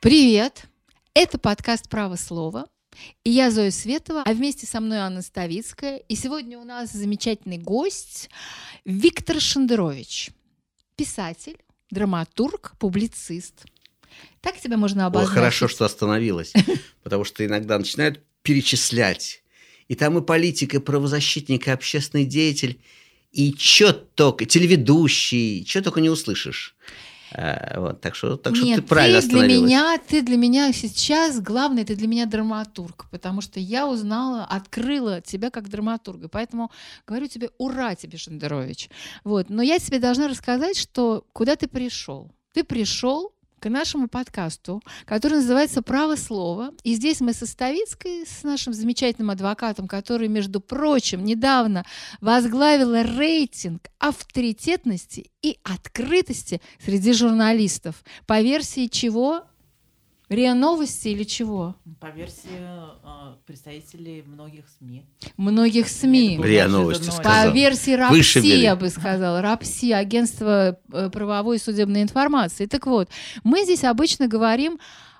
Привет! Это подкаст «Право слова». И я Зоя Светова, а вместе со мной Анна Ставицкая. И сегодня у нас замечательный гость Виктор Шендерович. Писатель, драматург, публицист. Так тебя можно обозначить? Хорошо, что остановилась, потому что иногда начинают перечислять. И там и политик, и правозащитник, и общественный деятель, и чё только, телеведущий, чё только не услышишь. Вот, так что Нет, ты правильно остановилась. Ты для меня сейчас, главное, ты для меня драматург, потому что я открыла тебя как драматурга, поэтому говорю тебе, ура тебе, Шендерович. Вот. Но я тебе должна рассказать, что куда ты пришел. Ты пришел к нашему подкасту, который называется «Право слова». И здесь мы со Ставицкой, с нашим замечательным адвокатом, который, между прочим, недавно возглавила рейтинг авторитетности и открытости среди журналистов. По версии чего? РИА Новости или чего? По версии представителей многих СМИ. Многих СМИ. РИА Новости сказал. По версии РАПСИ, я бы сказала. РАПСИ, Агентство правовой и судебной информации. Так вот, мы здесь обычно говорим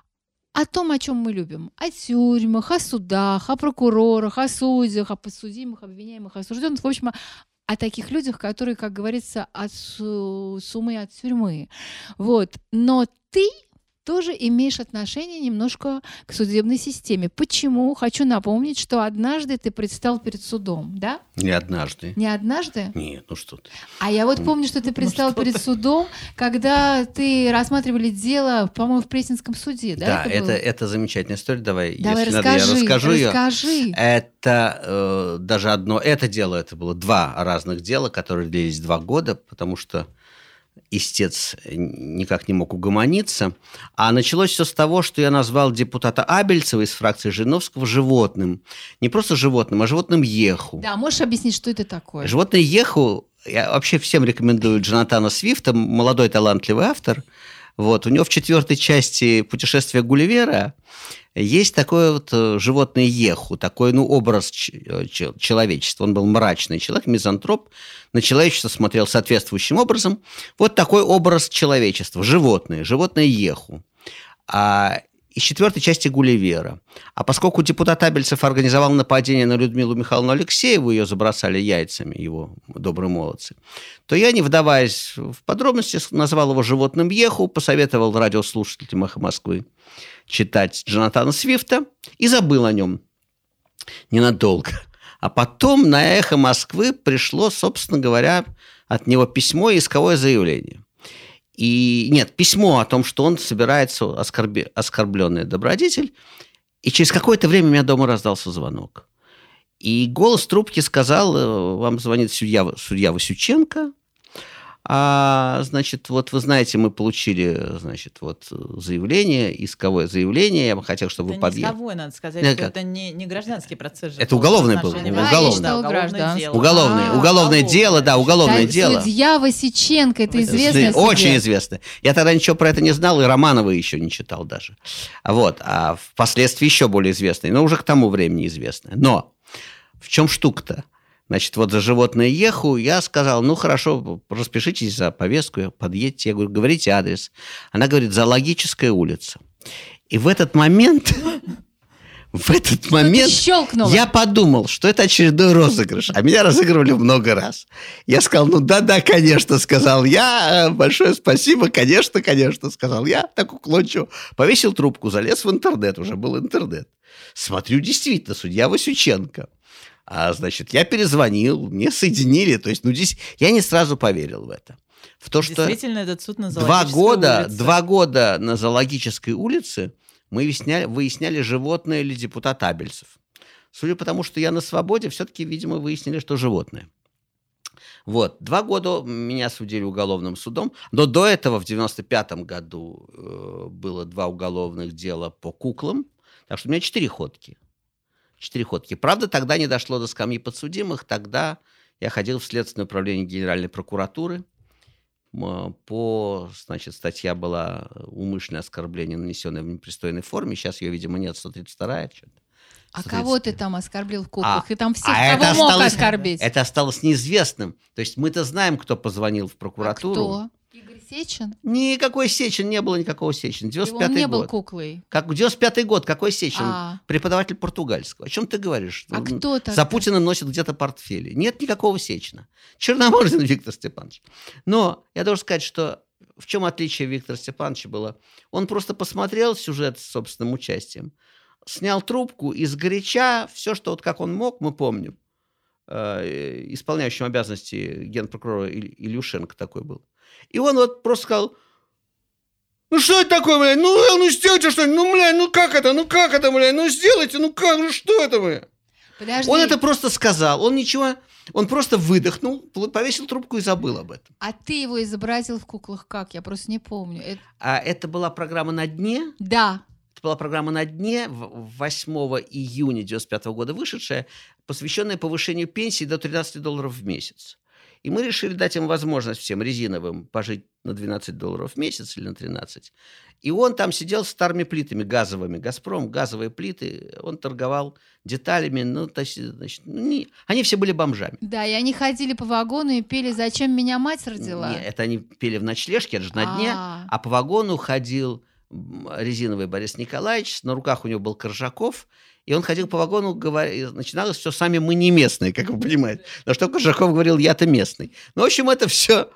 о том, о чем мы любим. О тюрьмах, о судах, о прокурорах, о судьях, о подсудимых, обвиняемых, осужденных. В общем, о таких людях, которые, как говорится, от сумы, от тюрьмы. Вот. Но ты тоже имеешь отношение немножко к судебной системе. Почему? Хочу напомнить, что однажды ты предстал перед судом, да? Не однажды. Не однажды? Нет, ну что ты. А я вот помню, что ты предстал перед судом, когда ты рассматривали дело, по-моему, в Пресненском суде, да? Да, это замечательная история. Давай, если надо, я расскажу ее. Расскажи. Это даже одно это дело, это было два разных дела, которые длились 2 года, потому что истец никак не мог угомониться. А началось все с того, что я назвал депутата Абельцева из фракции Жириновского животным. Не просто животным, а животным Еху. Да, можешь объяснить, что это такое? Животное Еху, я вообще всем рекомендую Джонатана Свифта, молодой талантливый автор. Вот, у него в 4-й части «Путешествия Гулливера» есть такое вот животное Еху, такой, образ человечества. Он был мрачный человек, мизантроп, на человечество смотрел соответствующим образом. Вот такой образ человечества, животное Еху. Из 4-й части Гулливера. А поскольку депутат Абельцев организовал нападение на Людмилу Михайловну Алексееву, ее забросали яйцами, его добрые молодцы, то я, не вдаваясь в подробности, назвал его животным Еху, посоветовал радиослушателям «Эхо Москвы» читать Джонатана Свифта и забыл о нем ненадолго. А потом на «Эхо Москвы» пришло, собственно говоря, от него письмо и исковое заявление. Письмо о том, что он собирается оскорбленный добродетель. И через какое-то время у меня дома раздался звонок. И голос трубки сказал: вам звонит судья Васюченко. Вот вы знаете, мы получили, заявление, исковое заявление. Я бы хотел, чтобы вы подъехали. Это не исковое, надо сказать, что это не гражданский процесс. Это уголовное было. Уголовное дело, да, уголовное дело. Судья Васюченко, это известный судья. Очень известно. Я тогда ничего про это не знал, и Романова еще не читал даже. А впоследствии еще более известный, но уже к тому времени известный. Но в чем штука-то? За животное Еху я сказал: хорошо, распишитесь за повестку, подъедьте. Я говорю: говорите адрес. Она говорит: Зоологическая улица. И в этот момент я подумал, что это очередной розыгрыш. А меня разыгрывали много раз. Я сказал: да, конечно, сказал я. Большое спасибо, конечно, сказал я. Так уклончиво. Повесил трубку, залез в интернет. Уже был интернет. Смотрю, действительно, судья Васюченко. Я перезвонил, мне соединили. То есть, здесь я не сразу поверил в это. В то, что действительно, этот суд на Зоологической улице. 2 года на Зоологической улице мы выясняли, животное ли депутат Абельцев. Судя по тому, что я на свободе, все-таки, видимо, выяснили, что животное. 2 года меня судили уголовным судом. Но до этого, в 95-м году, было 2 уголовных дела по куклам. Так что у меня 4 ходки. 4 ходки. Правда, тогда не дошло до скамьи подсудимых. Тогда я ходил в Следственное управление Генеральной прокуратуры. Статья была «Умышленное оскорбление, нанесенное в непристойной форме». Сейчас ее, видимо, нет, 132-я. А кого ты там оскорбил в куклах? И там всех, кого мог оскорбить? Это осталось неизвестным. То есть мы-то знаем, кто позвонил в прокуратуру. А кто? Игорь Сечин? Никакой Сечин, не было никакого Сечина. 95-й Он не был год. куклой. Как 95-й год, какой Сечин? А. Преподаватель португальского. О чем ты говоришь? А кто тогда? За Путиным носит где-то портфели. Нет никакого Сечина. Черномырдин Виктор Степанович. Но я должен сказать, что в чем отличие Виктора Степановича было? Он просто посмотрел сюжет с собственным участием, снял трубку и сгоряча все, что вот как он мог, мы помним, исполняющим обязанности генпрокурора Илюшенко такой был. И он вот просто сказал: ну что это такое, блядь? Ну сделайте что-нибудь, ну как это, блядь? Ну сделайте, ну как, ну что это, блядь? Подожди. Он это просто сказал, он просто выдохнул, повесил трубку и забыл об этом. А ты его изобразил в куклах как? Я просто не помню. А это была программа «На дне». Да. Это была программа «На дне», 8 июня 1995 года вышедшая, посвященная повышению пенсии до $13 в месяц. И мы решили дать им возможность всем резиновым пожить на $12 в месяц или на 13. И он там сидел с старыми плитами газовыми. «Газпром», газовые плиты. Он торговал деталями. Они все были бомжами. Да, и они ходили по вагону и пели «Зачем меня мать родила?». Нет, это они пели в ночлежке, это же на дне. А по вагону ходил резиновый Борис Николаевич. На руках у него был Коржаков. И он ходил по вагону, начиналось все сами «мы не местные», как вы понимаете. На что Коржаков говорил: я-то местный. Ну, в общем, это все.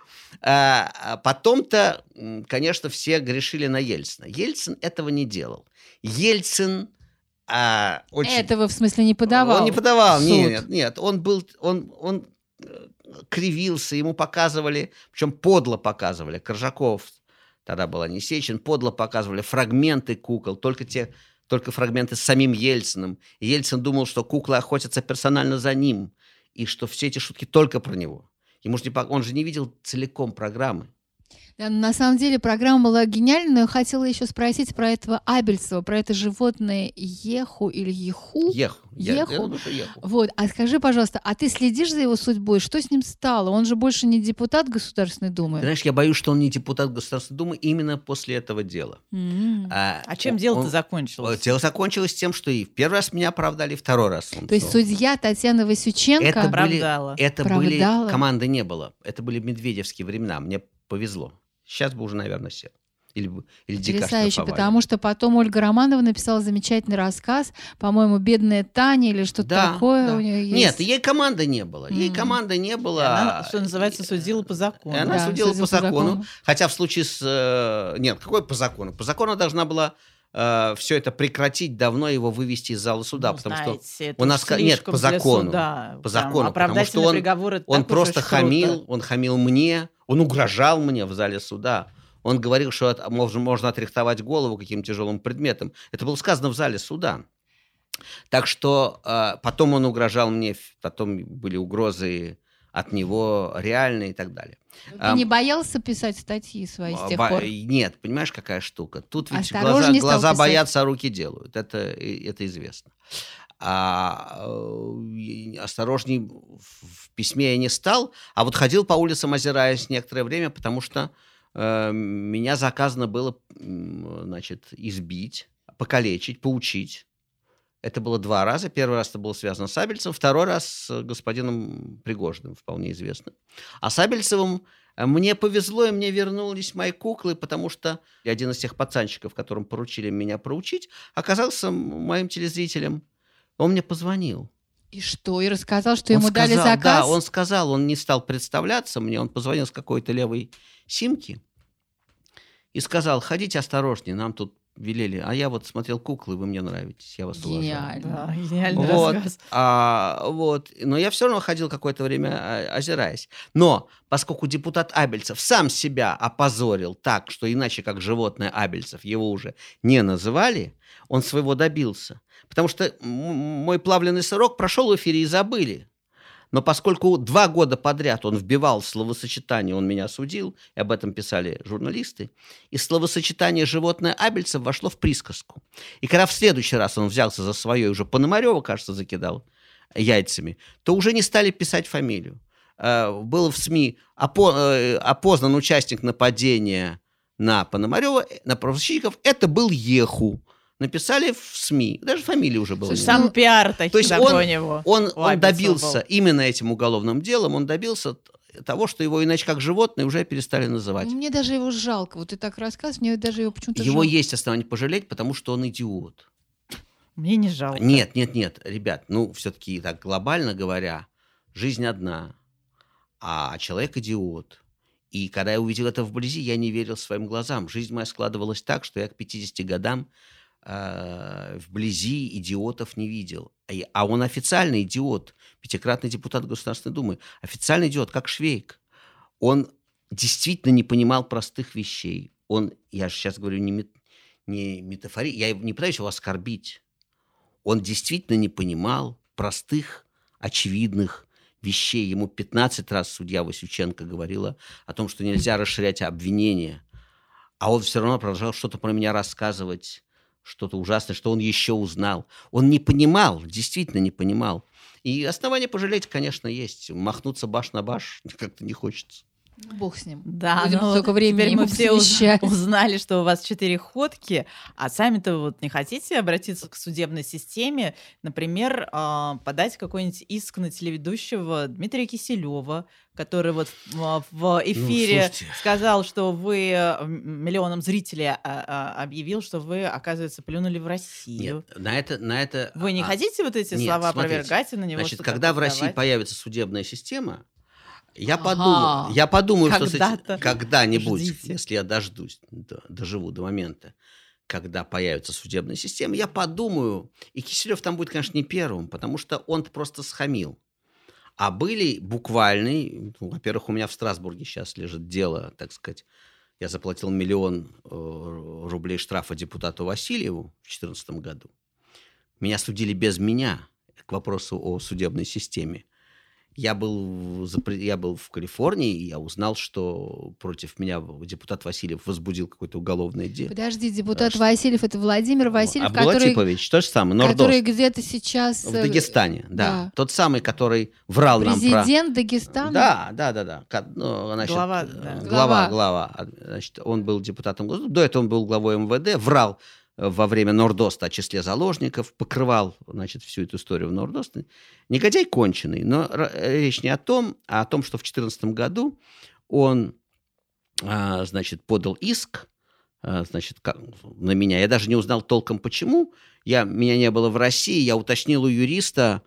Потом-то, конечно, все грешили на Ельцина. Ельцин этого не делал. Ельцин очень... Этого, в смысле, не подавал? Он не подавал, суд. нет. Он кривился, ему показывали, причем подло показывали. Коржаков, тогда была не Сечин, подло показывали фрагменты кукол, только фрагменты с самим Ельциным. И Ельцин думал, что куклы охотятся персонально за ним, и что все эти шутки только про него. Он же не видел целиком программы. Да, на самом деле программа была гениальная, но я хотела еще спросить про этого Абельцева, про это животное Еху или Еху. Еху. Я думаю, что Еху. Вот, а скажи, пожалуйста, а ты следишь за его судьбой? Что с ним стало? Он же больше не депутат Государственной Думы. Ты знаешь, я боюсь, что он не депутат Государственной Думы именно после этого дела. А чем дело-то закончилось? Дело закончилось тем, что и в первый раз меня оправдали, и второй раз. То есть судья Татьяна Васюченко оправдала. Это были команды не было. Это были медведевские времена. Мне повезло. Сейчас бы уже, наверное, сел. Или потрясающе, потому что потом Ольга Романова написала замечательный рассказ, по-моему, «Бедная Таня» или что-то такое. Да. У нее есть. Нет, ей команды не было. Ей команды не было. Она, что называется, судила по закону. Она судила по закону. Хотя в случае с... Нет, какой по закону? По закону должна была все это прекратить, давно его вывести из зала суда, потому что у нас нет по закону, потому что он просто хамил, он хамил мне, он угрожал мне в зале суда, он говорил, что можно отрихтовать голову каким тяжелым предметом. Это было сказано в зале суда. Так что потом он угрожал мне, потом были угрозы от него реальные и так далее. Ты не боялся писать статьи свои с тех пор? Нет, понимаешь, какая штука? Тут ведь глаза боятся, а руки делают. Это известно. Осторожней в письме я не стал, а вот ходил по улицам, озираясь некоторое время, потому что меня заказано было, избить, покалечить, поучить. Это было 2 раза. Первый раз это было связано с Абельцевым, второй раз с господином Пригожиным, вполне известным. А с Абельцевым мне повезло, и мне вернулись мои куклы, потому что один из тех пацанчиков, которым поручили меня проучить, оказался моим телезрителем. Он мне позвонил. И что? И рассказал, что ему дали заказ? Да, он сказал, он не стал представляться мне, он позвонил с какой-то левой симки и сказал: ходите осторожнее, нам тут велели. А я вот смотрел куклы, вы мне нравитесь, я вас уважаю. Гениально. Да, гениальный рассказ. Но я все равно ходил какое-то время, озираясь. Но поскольку депутат Абельцев сам себя опозорил так, что иначе как животное Абельцев его уже не называли, он своего добился. Потому что мой плавленый сырок прошел в эфире и забыли. Но поскольку 2 года подряд он вбивал словосочетание, он меня осудил, и об этом писали журналисты, и словосочетание «животное Абельцев» вошло в присказку. И когда в следующий раз он взялся за свое, и уже Пономарёва, кажется, закидал яйцами, то уже не стали писать фамилию. Был в СМИ опознан участник нападения на Пономарёва, на правозащитников, это был Еху. Написали в СМИ, даже фамилии уже было. Сам пиар такой у него. Он добился именно этим уголовным делом, он добился того, что его иначе как животное уже перестали называть. Мне даже его жалко. Вот ты так рассказываешь, мне даже его почему-то Его жалко. есть основания пожалеть, потому что он идиот. Мне не жалко. Нет, ребят, все-таки так глобально говоря, жизнь одна, а человек идиот. И когда я увидел это вблизи, я не верил своим глазам. Жизнь моя складывалась так, что я к 50 годам вблизи идиотов не видел. А он официальный идиот, 5-кратный депутат Государственной Думы, официальный идиот, как Швейк. Он действительно не понимал простых вещей. Я же сейчас говорю не метафорично, я не пытаюсь его оскорбить. Он действительно не понимал простых, очевидных вещей. Ему 15 раз судья Васюченко говорила о том, что нельзя расширять обвинения. А он все равно продолжал что-то про меня рассказывать, что-то ужасное, что он еще узнал. Он не понимал, действительно не понимал. И основания пожалеть, конечно, есть. Махнуться баш на баш как-то не хочется. Бог с ним. Да, Будем столько времени теперь мы ему все посвящать. узнали, что у вас 4 ходки, а сами-то вот не хотите обратиться к судебной системе, например, подать какой-нибудь иск на телеведущего Дмитрия Киселева, который вот в эфире сказал, что вы миллионам зрителей объявил, что вы, оказывается, плюнули в Россию. Нет, на это... Вы не хотите вот эти слова опровергать и на него Значит, что-то когда в России подавать? появится судебная система, я подумаю, что когда-нибудь, ждите. если я доживу до момента, когда появится судебная система, я подумаю, и Киселев там будет, конечно, не первым, потому что он просто схамил. А были буквальные, во-первых, у меня в Страсбурге сейчас лежит дело, так сказать, я заплатил 1 миллион рублей штрафа депутату Васильеву в 2014 году. Меня судили без меня, к вопросу о судебной системе. Я был в Калифорнии, и я узнал, что против меня депутат Васильев возбудил какое-то уголовное дело. Подожди, депутат Васильев, это Владимир Васильев, Абдулатипович, то же самое, Нордост. который где-то сейчас... В Дагестане, да. Тот самый, который врал нам про... Президент Дагестана? Да. Значит, Глава. Значит, он был депутатом Госдумы, до этого он был главой МВД, врал во время Нордоста о числе заложников, покрывал, значит, всю эту историю в Нордосте. Негодяй конченый, но речь не о том, а о том, что в 2014 году он, значит, подал иск, значит, на меня. Я даже не узнал толком, почему. Меня не было в России, я уточнил у юриста,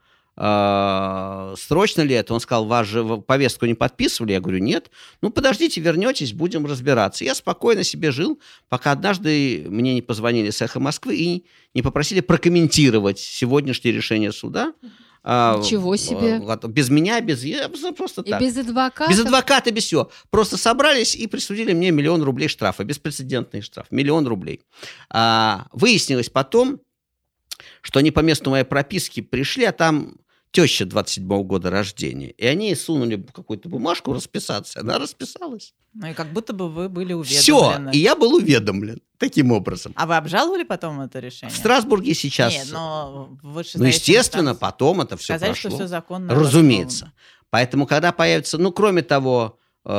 срочно ли это. Он сказал, вас же повестку не подписывали? Я говорю, нет. Ну, подождите, вернетесь, будем разбираться. Я спокойно себе жил, пока однажды мне не позвонили с «Эхо Москвы» и не попросили прокомментировать сегодняшнее решение суда. Ничего себе. Без меня, просто так. И без адвоката? Без адвоката, без всего. Просто собрались и присудили мне 1 миллион рублей штрафа. Беспрецедентный штраф. 1 миллион рублей. Выяснилось потом, что они по месту моей прописки пришли, а там теща 27-го года рождения. И они сунули какую-то бумажку расписаться. Она расписалась. Ну и как будто бы вы были уведомлены. Все, и я был уведомлен таким образом. А вы обжаловали потом это решение? В Страсбурге сейчас... Нет, но естественно, потом это все сказали, прошло. что все законно. Разумеется. Поэтому, когда появится... кроме того,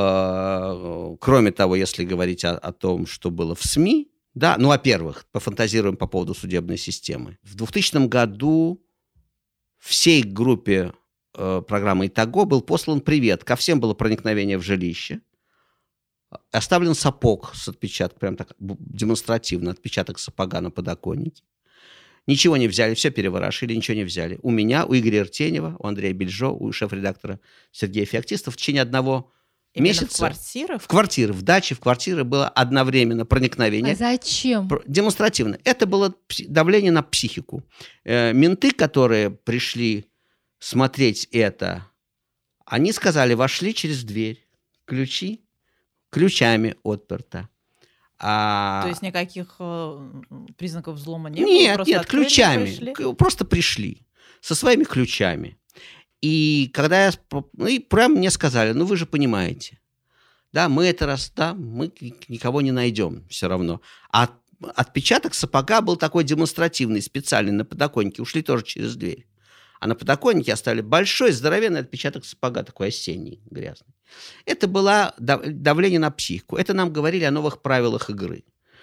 если говорить о том, что было в СМИ, да, во-первых, пофантазируем по поводу судебной системы. В 2000 году всей группе программы «Итого» был послан привет. Ко всем было проникновение в жилище. Оставлен сапог с отпечатком, прям так демонстративно, отпечаток сапога на подоконнике. Ничего не взяли, все переворошили, ничего не взяли. У меня, у Игоря Иртенева, у Андрея Бельжо, у шеф-редактора Сергея Феоктистова в течение одного месяца. В квартирах? В квартиры, в даче, в квартиры было одновременно проникновение. А зачем? Демонстративно. Это было давление на психику. Менты, которые пришли смотреть это, они сказали, вошли через дверь, ключами отперто. То есть никаких признаков взлома не было? Нет, ключами. Просто пришли со своими ключами. И когда прям мне сказали, вы же понимаете, да, мы никого не найдем все равно. А отпечаток сапога был такой демонстративный, специальный, на подоконнике, ушли тоже через дверь. А на подоконнике оставили большой, здоровенный отпечаток сапога, такой осенний, грязный. Это было давление на психику. Это нам говорили о новых правилах игры.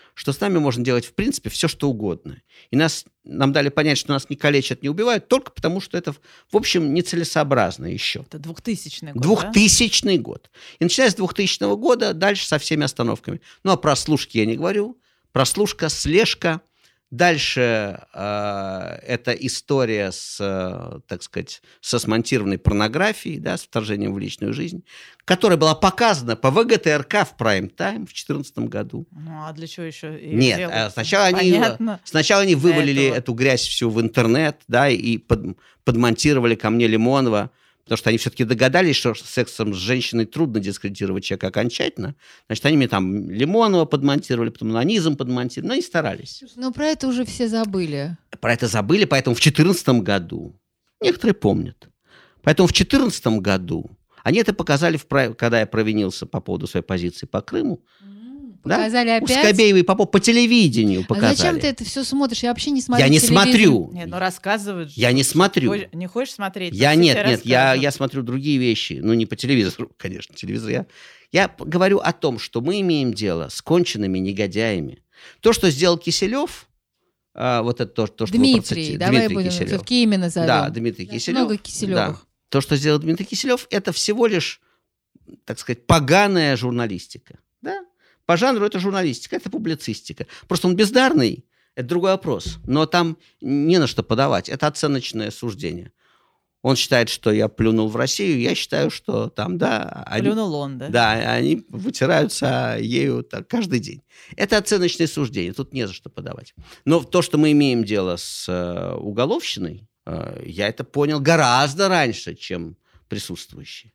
что с нами можно делать, в принципе, все, что угодно. И нам дали понять, что нас не калечат, не убивают, только потому, что это, в общем, нецелесообразно еще. Это 2000 год, 2000 год. И начиная с 2000 года, дальше со всеми остановками. Ну, а про слушки я не говорю. Прослушка, слежка. Дальше это история так сказать, со смонтированной порнографией, да, с вторжением в личную жизнь, которая была показана по ВГТРК в прайм-тайм в 2014 году. Ну, а для чего еще? Нет, сначала они вывалили эту грязь всю в интернет, да, и подмонтировали ко мне Лимонова, потому что они все-таки догадались, что сексом с женщиной трудно дискредитировать человека окончательно. Значит, они мне там Лимонова подмонтировали, потом анонизм подмонтировали, но и старались. Но про это уже все забыли. Про это забыли, поэтому в 2014 году, некоторые помнят, поэтому в 2014 году они это показали, когда я провинился по поводу своей позиции по Крыму. Показали да? опять? У Скобеева и Попова по телевидению показали. А зачем ты это все смотришь? Я вообще не смотрю Я не телевизор. смотрю. Нет, ну рассказывают. Я не смотрю. Не хочешь смотреть? Нет, я смотрю другие вещи. Ну, не по телевизору, конечно. Телевизор я говорю о том, что мы имеем дело с конченными негодяями. То, что сделал Киселев, вот это то, что Дмитрий, давай будем Киселев. все-таки имя назовем. Да, Дмитрий Киселев. Много Киселевых. Да. То, что сделал Дмитрий Киселев, это всего лишь, так сказать, поганая журналистика. Да? По жанру это журналистика, это публицистика. Просто он бездарный, это другой вопрос. Но там не на что подавать. Это оценочное суждение. Он считает, что я плюнул в Россию, я считаю, что там, да... Плюнул он, да? Да, они вытираются ею так, каждый день. Это оценочное суждение, тут не за что подавать. Но то, что мы имеем дело с уголовщиной, я это понял гораздо раньше, чем присутствующие.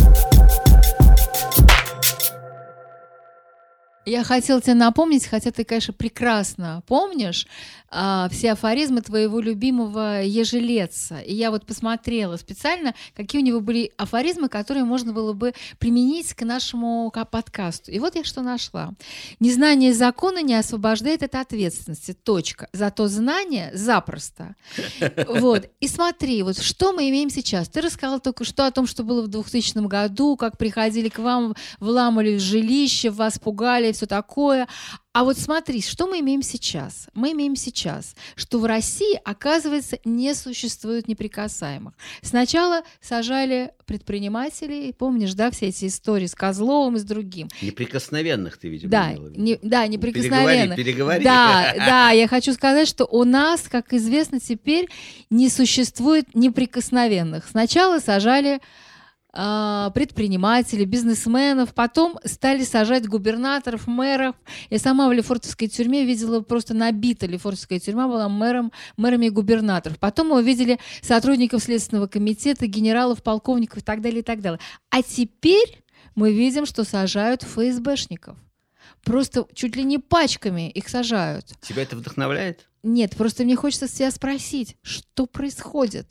Я хотела тебе напомнить, хотя ты, конечно, прекрасно помнишь все афоризмы твоего любимого Ежелеца. И я вот посмотрела специально, какие у него были афоризмы, которые можно было бы применить к нашему подкасту. И вот я что нашла. «Незнание закона не освобождает от ответственности. Точка. Зато знание запросто». Вот. И смотри, вот что мы имеем сейчас. Ты рассказал только что о том, что было в 2000 году, как приходили к вам, вламывали жилище, вас пугали, все такое. А вот смотри, что мы имеем сейчас? Мы имеем сейчас, что в России, оказывается, не существует неприкасаемых. Сначала сажали предпринимателей, помнишь, да, все эти истории с Козловым и с другим. Неприкосновенных ты, видимо, да, имела в виду. Да, неприкосновенных. Переговори. Да, я хочу сказать, что у нас, как известно, теперь не существует неприкосновенных. Сначала сажали предпринимателей, бизнесменов, потом стали сажать губернаторов, мэров. Я сама в Лефортовской тюрьме видела, просто набита Лефортовская тюрьма была мэрами и губернаторов. Потом мы увидели сотрудников Следственного комитета, генералов, полковников и так далее, и так далее. А теперь мы видим, что сажают ФСБшников. Просто чуть ли не пачками их сажают. Тебя это вдохновляет? Нет, просто мне хочется тебя спросить, что происходит?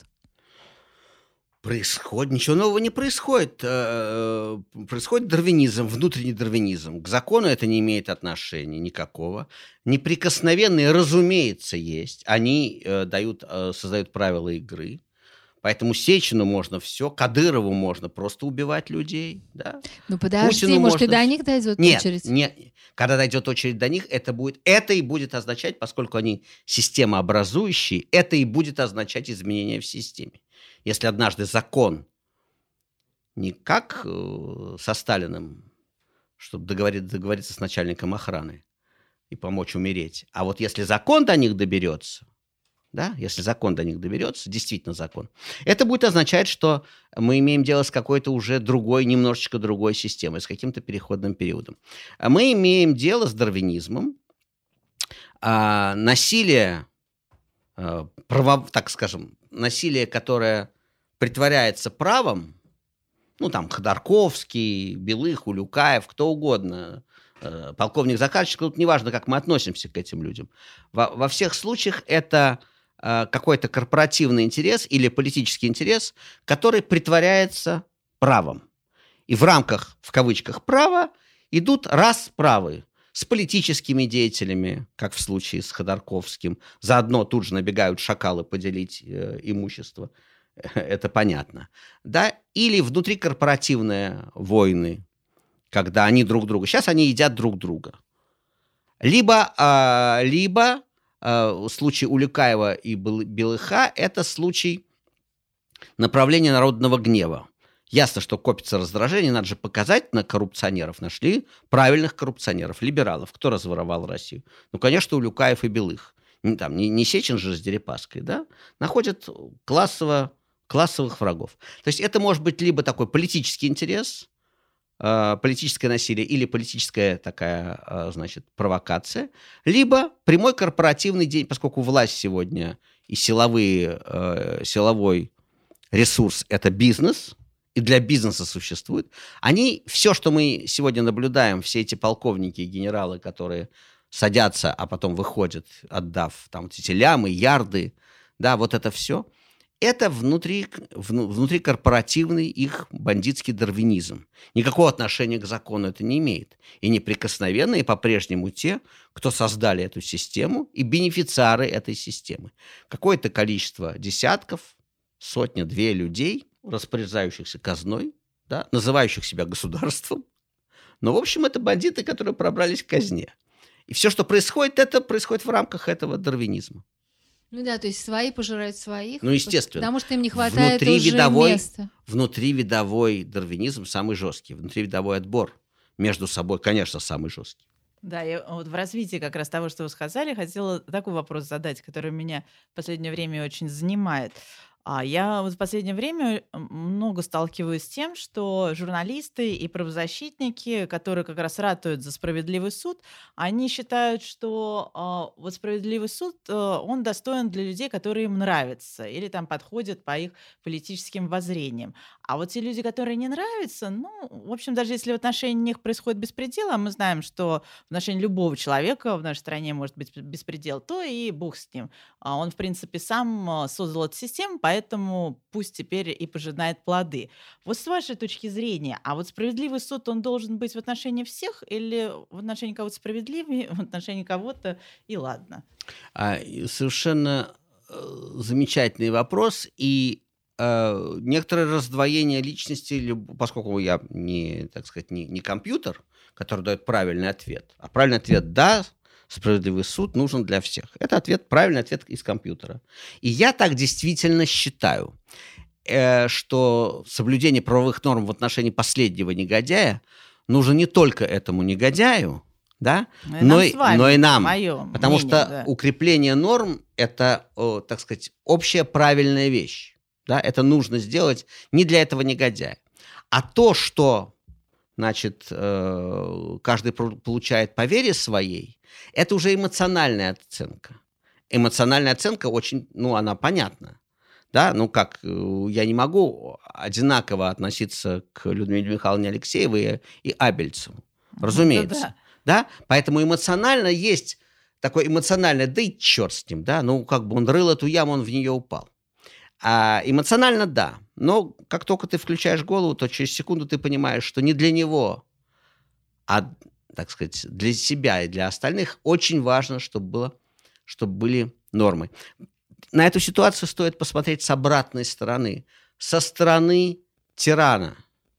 Ничего нового не происходит. Происходит дарвинизм, внутренний дарвинизм. К закону это не имеет отношения никакого. Неприкосновенные, разумеется, есть. Они создают правила игры. Поэтому Сечину можно все, Кадырову можно просто убивать людей. Да? Ну подожди, Путину может, можно... и до них дойдет очередь? Нет. Когда дойдет очередь до них, это и будет означать, поскольку они системообразующие, это и будет означать изменения в системе. Если однажды закон не как со Сталиным, чтобы договориться с начальником охраны и помочь умереть, а вот если закон до них доберется, да, если закон до них доберется, действительно закон, это будет означать, что мы имеем дело с какой-то уже немножечко другой системой, с каким-то переходным периодом. Мы имеем дело с дарвинизмом, насилие, так скажем, насилие, которое притворяется правом, ну, там, Ходорковский, Белых, Улюкаев, кто угодно, полковник Захарченко, тут неважно, как мы относимся к этим людям. Во всех случаях это какой-то корпоративный интерес или политический интерес, который притворяется правом. И в рамках, в кавычках, права идут расправы с политическими деятелями, как в случае с Ходорковским. Заодно тут же набегают шакалы поделить имущество. Это понятно. Да? Или внутрикорпоративные войны, когда они друг друга... Сейчас они едят друг друга. Либо случай Улюкаева и Белыха – это случай направления народного гнева. Ясно, что копится раздражение, надо же показать на коррупционеров. Нашли правильных коррупционеров, либералов. Кто разворовал Россию? Ну, конечно, Улюкаев и Белых. Не Сечин же с Дерипаской, да? Находят классовых врагов. То есть это может быть либо такой политический интерес, политическое насилие или политическая такая, значит, провокация, либо прямой корпоративный день, поскольку власть сегодня и силовой ресурс – это бизнес, и для бизнеса существует. Все, что мы сегодня наблюдаем, все эти полковники и генералы, которые садятся, а потом выходят, отдав там эти лямы, ярды, да, вот это все, это внутрикорпоративный их бандитский дарвинизм. Никакого отношения к закону это не имеет. И неприкосновенные по-прежнему те, кто создали эту систему и бенефициары этой системы. Какое-то количество десятков, сотня-две людей, распоряжающихся казной, да, называющих себя государством. Но, в общем, это бандиты, которые пробрались к казне. И все, что происходит, это происходит в рамках этого дарвинизма. Ну да, то есть свои пожирают своих. Ну, естественно. Потому что им не хватает уже места. Внутривидовой дарвинизм самый жесткий. Внутривидовой отбор между собой, конечно, самый жесткий. Да, я вот в развитии как раз того, что вы сказали, хотела такой вопрос задать, который меня в последнее время очень занимает. Я вот в последнее время много сталкиваюсь с тем, что журналисты и правозащитники, которые как раз ратуют за справедливый суд, они считают, что вот справедливый суд, он достоин для людей, которые им нравятся или там подходят по их политическим воззрениям. А вот те люди, которые не нравятся, ну, в общем, даже если в отношении них происходит беспредел, а мы знаем, что в отношении любого человека в нашей стране может быть беспредел, то и бог с ним. Он, в принципе, сам создал эту систему, поэтому пусть теперь и пожинает плоды. Вот с вашей точки зрения, а вот справедливый суд, он должен быть в отношении всех или в отношении кого-то справедливый, в отношении кого-то и ладно? Совершенно замечательный вопрос, и некоторое раздвоение личности, поскольку я не, так сказать, не компьютер, который дает правильный ответ, а правильный ответ – да, справедливый суд нужен для всех. Это правильный ответ из компьютера. И я так действительно считаю, что соблюдение правовых норм в отношении последнего негодяя нужно не только этому негодяю, да, но и нам. Потому что укрепление норм – это, так сказать, общая правильная вещь. Да, это нужно сделать не для этого негодяя. А то, что, значит, каждый получает по вере своей, это уже эмоциональная оценка. Эмоциональная оценка очень, она понятна. Да, как я не могу одинаково относиться к Людмиле Михайловне Алексеевой и Абельцеву. Разумеется. Да? Поэтому эмоционально есть такое эмоциональное, да и черт с ним, да, он рыл эту яму, он в нее упал. А эмоционально да, но как только ты включаешь голову, то через секунду ты понимаешь, что не для него, а, так сказать, для себя и для остальных очень важно, чтобы были нормы. На эту ситуацию стоит посмотреть с обратной стороны, со стороны тирана.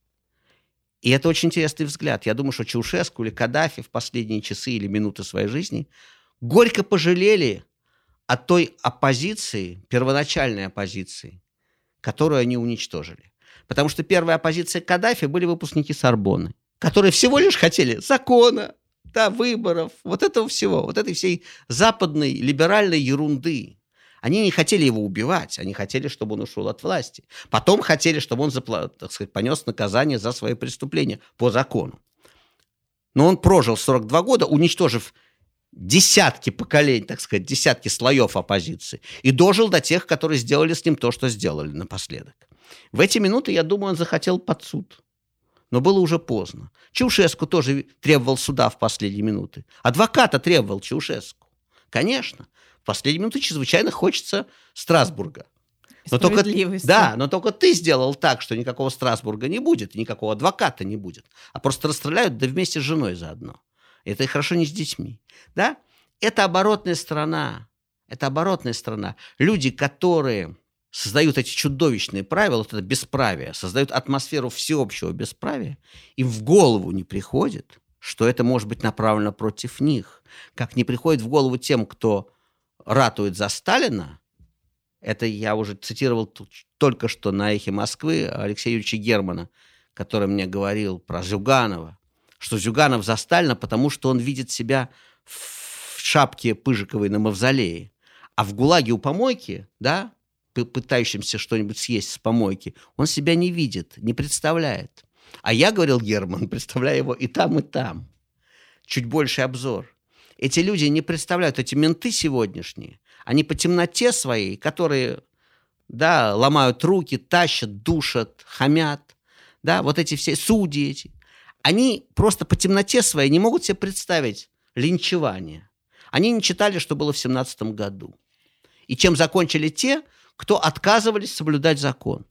И это очень интересный взгляд. Я думаю, что Чаушеску или Каддафи в последние часы или минуты своей жизни горько пожалели о той оппозиции, первоначальной оппозиции, которую они уничтожили. Потому что первая оппозиция к Каддафи были выпускники Сорбонны, которые всего лишь хотели закона, да, выборов, вот этого всего, вот этой всей западной либеральной ерунды. Они не хотели его убивать, они хотели, чтобы он ушел от власти. Потом хотели, чтобы он, так сказать, понес наказание за свои преступления по закону. Но он прожил 42 года, уничтожив десятки поколений, так сказать, десятки слоев оппозиции, и дожил до тех, которые сделали с ним то, что сделали напоследок. В эти минуты, я думаю, он захотел под суд. Но было уже поздно. Чаушеску тоже требовал суда в последние минуты. Адвоката требовал Чаушеску. Конечно, в последние минуты чрезвычайно хочется Страсбурга. Но только ты сделал так, что никакого Страсбурга не будет, и никакого адвоката не будет, а просто расстреляют, да вместе с женой заодно. Это и хорошо не с детьми. Да? Это оборотная сторона. Это оборотная сторона. Люди, которые создают эти чудовищные правила, вот это бесправие, создают атмосферу всеобщего бесправия, им в голову не приходит, что это может быть направлено против них. Как не приходит в голову тем, кто ратует за Сталина, это я уже цитировал только что на «Эхе Москвы» Алексея Юрьевича Германа, который мне говорил про Зюганова, что Зюганов за Сталина, потому что он видит себя в шапке Пыжиковой на мавзолее, а в ГУЛАГе у помойки, да, пытающимся что-нибудь съесть с помойки, он себя не видит, не представляет. А я, говорил Герман, представляю его и там, и там. Чуть больший обзор. Эти люди не представляют, эти менты сегодняшние, они по темноте своей, которые, да, ломают руки, тащат, душат, хамят, да, вот эти все судьи эти, они просто по темноте своей не могут себе представить линчевание. Они не читали, что было в 1917 году. И чем закончили те, кто отказывались соблюдать закон.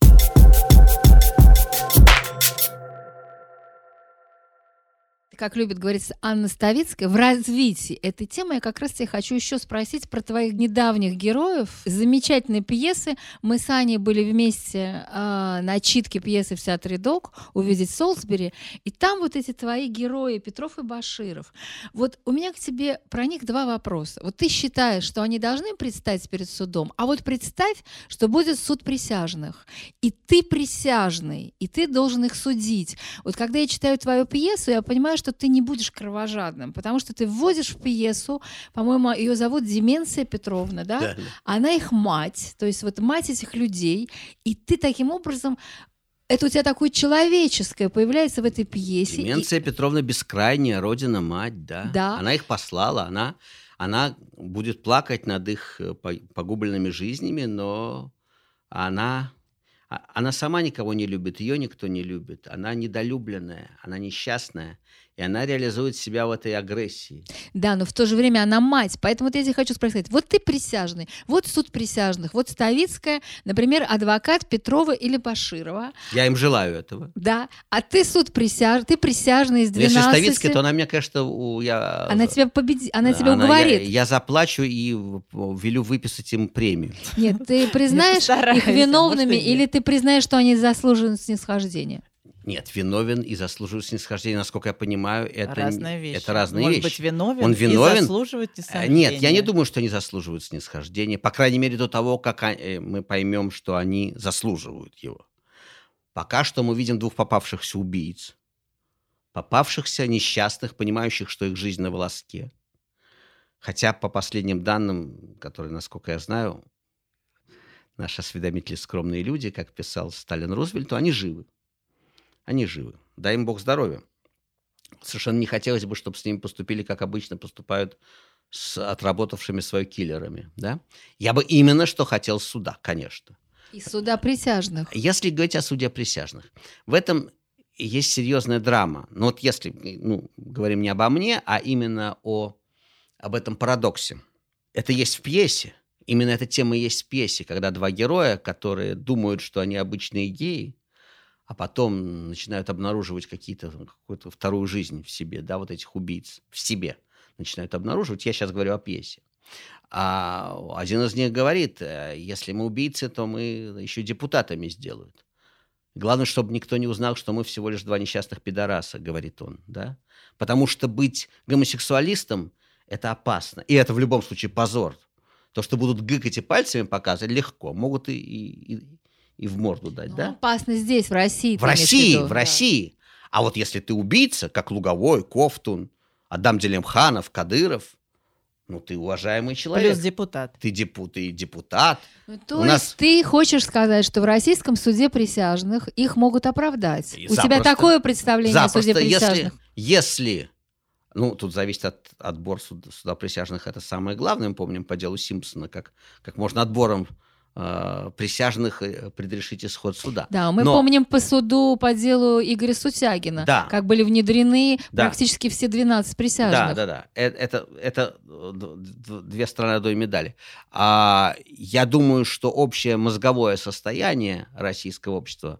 Как любит говорить Анна Ставицкая, в развитии этой темы я как раз тебя хочу еще спросить про твоих недавних героев. Замечательные пьесы. Мы с Аней были вместе на читке пьесы в театре ДОК «Увидеть Солсбери». И там вот эти твои герои Петров и Баширов. Вот у меня к тебе про них два вопроса. Вот ты считаешь, что они должны предстать перед судом, а вот представь, что будет суд присяжных. И ты присяжный, и ты должен их судить. Вот когда я читаю твою пьесу, я понимаю, что ты не будешь кровожадным, потому что ты вводишь в пьесу, по-моему, ее зовут Деменция Петровна, да? Да. Она их мать, то есть вот мать этих людей, и ты таким образом, это у тебя такое человеческое появляется в этой пьесе. Деменция Петровна бескрайняя, родина, мать, да. Да. Она их послала, она будет плакать над их погубленными жизнями, но она сама никого не любит, ее никто не любит. Она недолюбленная, она несчастная, и она реализует себя в этой агрессии. Да, но в то же время она мать. Поэтому вот я тебе хочу спросить. Вот ты присяжный, вот суд присяжных, вот Ставицкая, например, адвокат Петрова или Баширова. Я им желаю этого. Да, а ты суд присяжный, ты присяжный из 12. Если Ставицкая, то она меня, конечно, Она тебя она тебя уговорит. Я заплачу и велю выписать им премию. Нет, ты признаешь их виновными или ты признаешь, что они заслуживают снисхождения? Нет, виновен и заслуживает снисхождения, насколько я понимаю, это разные вещи. Это разные Может вещи. быть, виновен, Он виновен и заслуживает снисхождения. Нет, я не думаю, что они заслуживают снисхождения. По крайней мере, до того, как мы поймем, что они заслуживают его. Пока что мы видим двух попавшихся убийц. Попавшихся несчастных, понимающих, что их жизнь на волоске. Хотя, по последним данным, которые, насколько я знаю, наши осведомители скромные люди, как писал Сталин Рузвельту, они живы. Они живы. Дай им Бог здоровья. Совершенно не хотелось бы, чтобы с ними поступили, как обычно поступают с отработавшими свое киллерами. Да? Я бы именно что хотел суда, конечно. И суда присяжных. Если говорить о суде присяжных, в этом есть серьезная драма. Но вот если говорим не обо мне, а именно об этом парадоксе. Это есть в пьесе. Именно эта тема есть в пьесе, когда два героя, которые думают, что они обычные геи, а потом начинают обнаруживать какую-то вторую жизнь в себе, да, вот этих убийц в себе начинают обнаруживать. Я сейчас говорю о пьесе. А один из них говорит, если мы убийцы, то мы еще депутатами сделают. Главное, чтобы никто не узнал, что мы всего лишь два несчастных пидораса, говорит он, да. Потому что быть гомосексуалистом – это опасно. И это в любом случае позор. То, что будут гыкать и пальцами показывать, легко. Могут и в морду дать, да? Опасно здесь, в России. В России. А вот если ты убийца, как Луговой, Ковтун, Адам Делемханов, Кадыров, ты уважаемый человек. Плюс депутат. Ты депутат. То есть ты хочешь сказать, что в российском суде присяжных их могут оправдать? У тебя такое представление о суде присяжных? Если тут зависит от отбора суда присяжных, это самое главное. Мы помним по делу Симпсона, как можно отбором присяжных предрешить исход суда. Да, мы помним по суду по делу Игоря Сутягина, да, как были внедрены практически все 12 присяжных. Да. Это две стороны одной медали. Я думаю, что общее мозговое состояние российского общества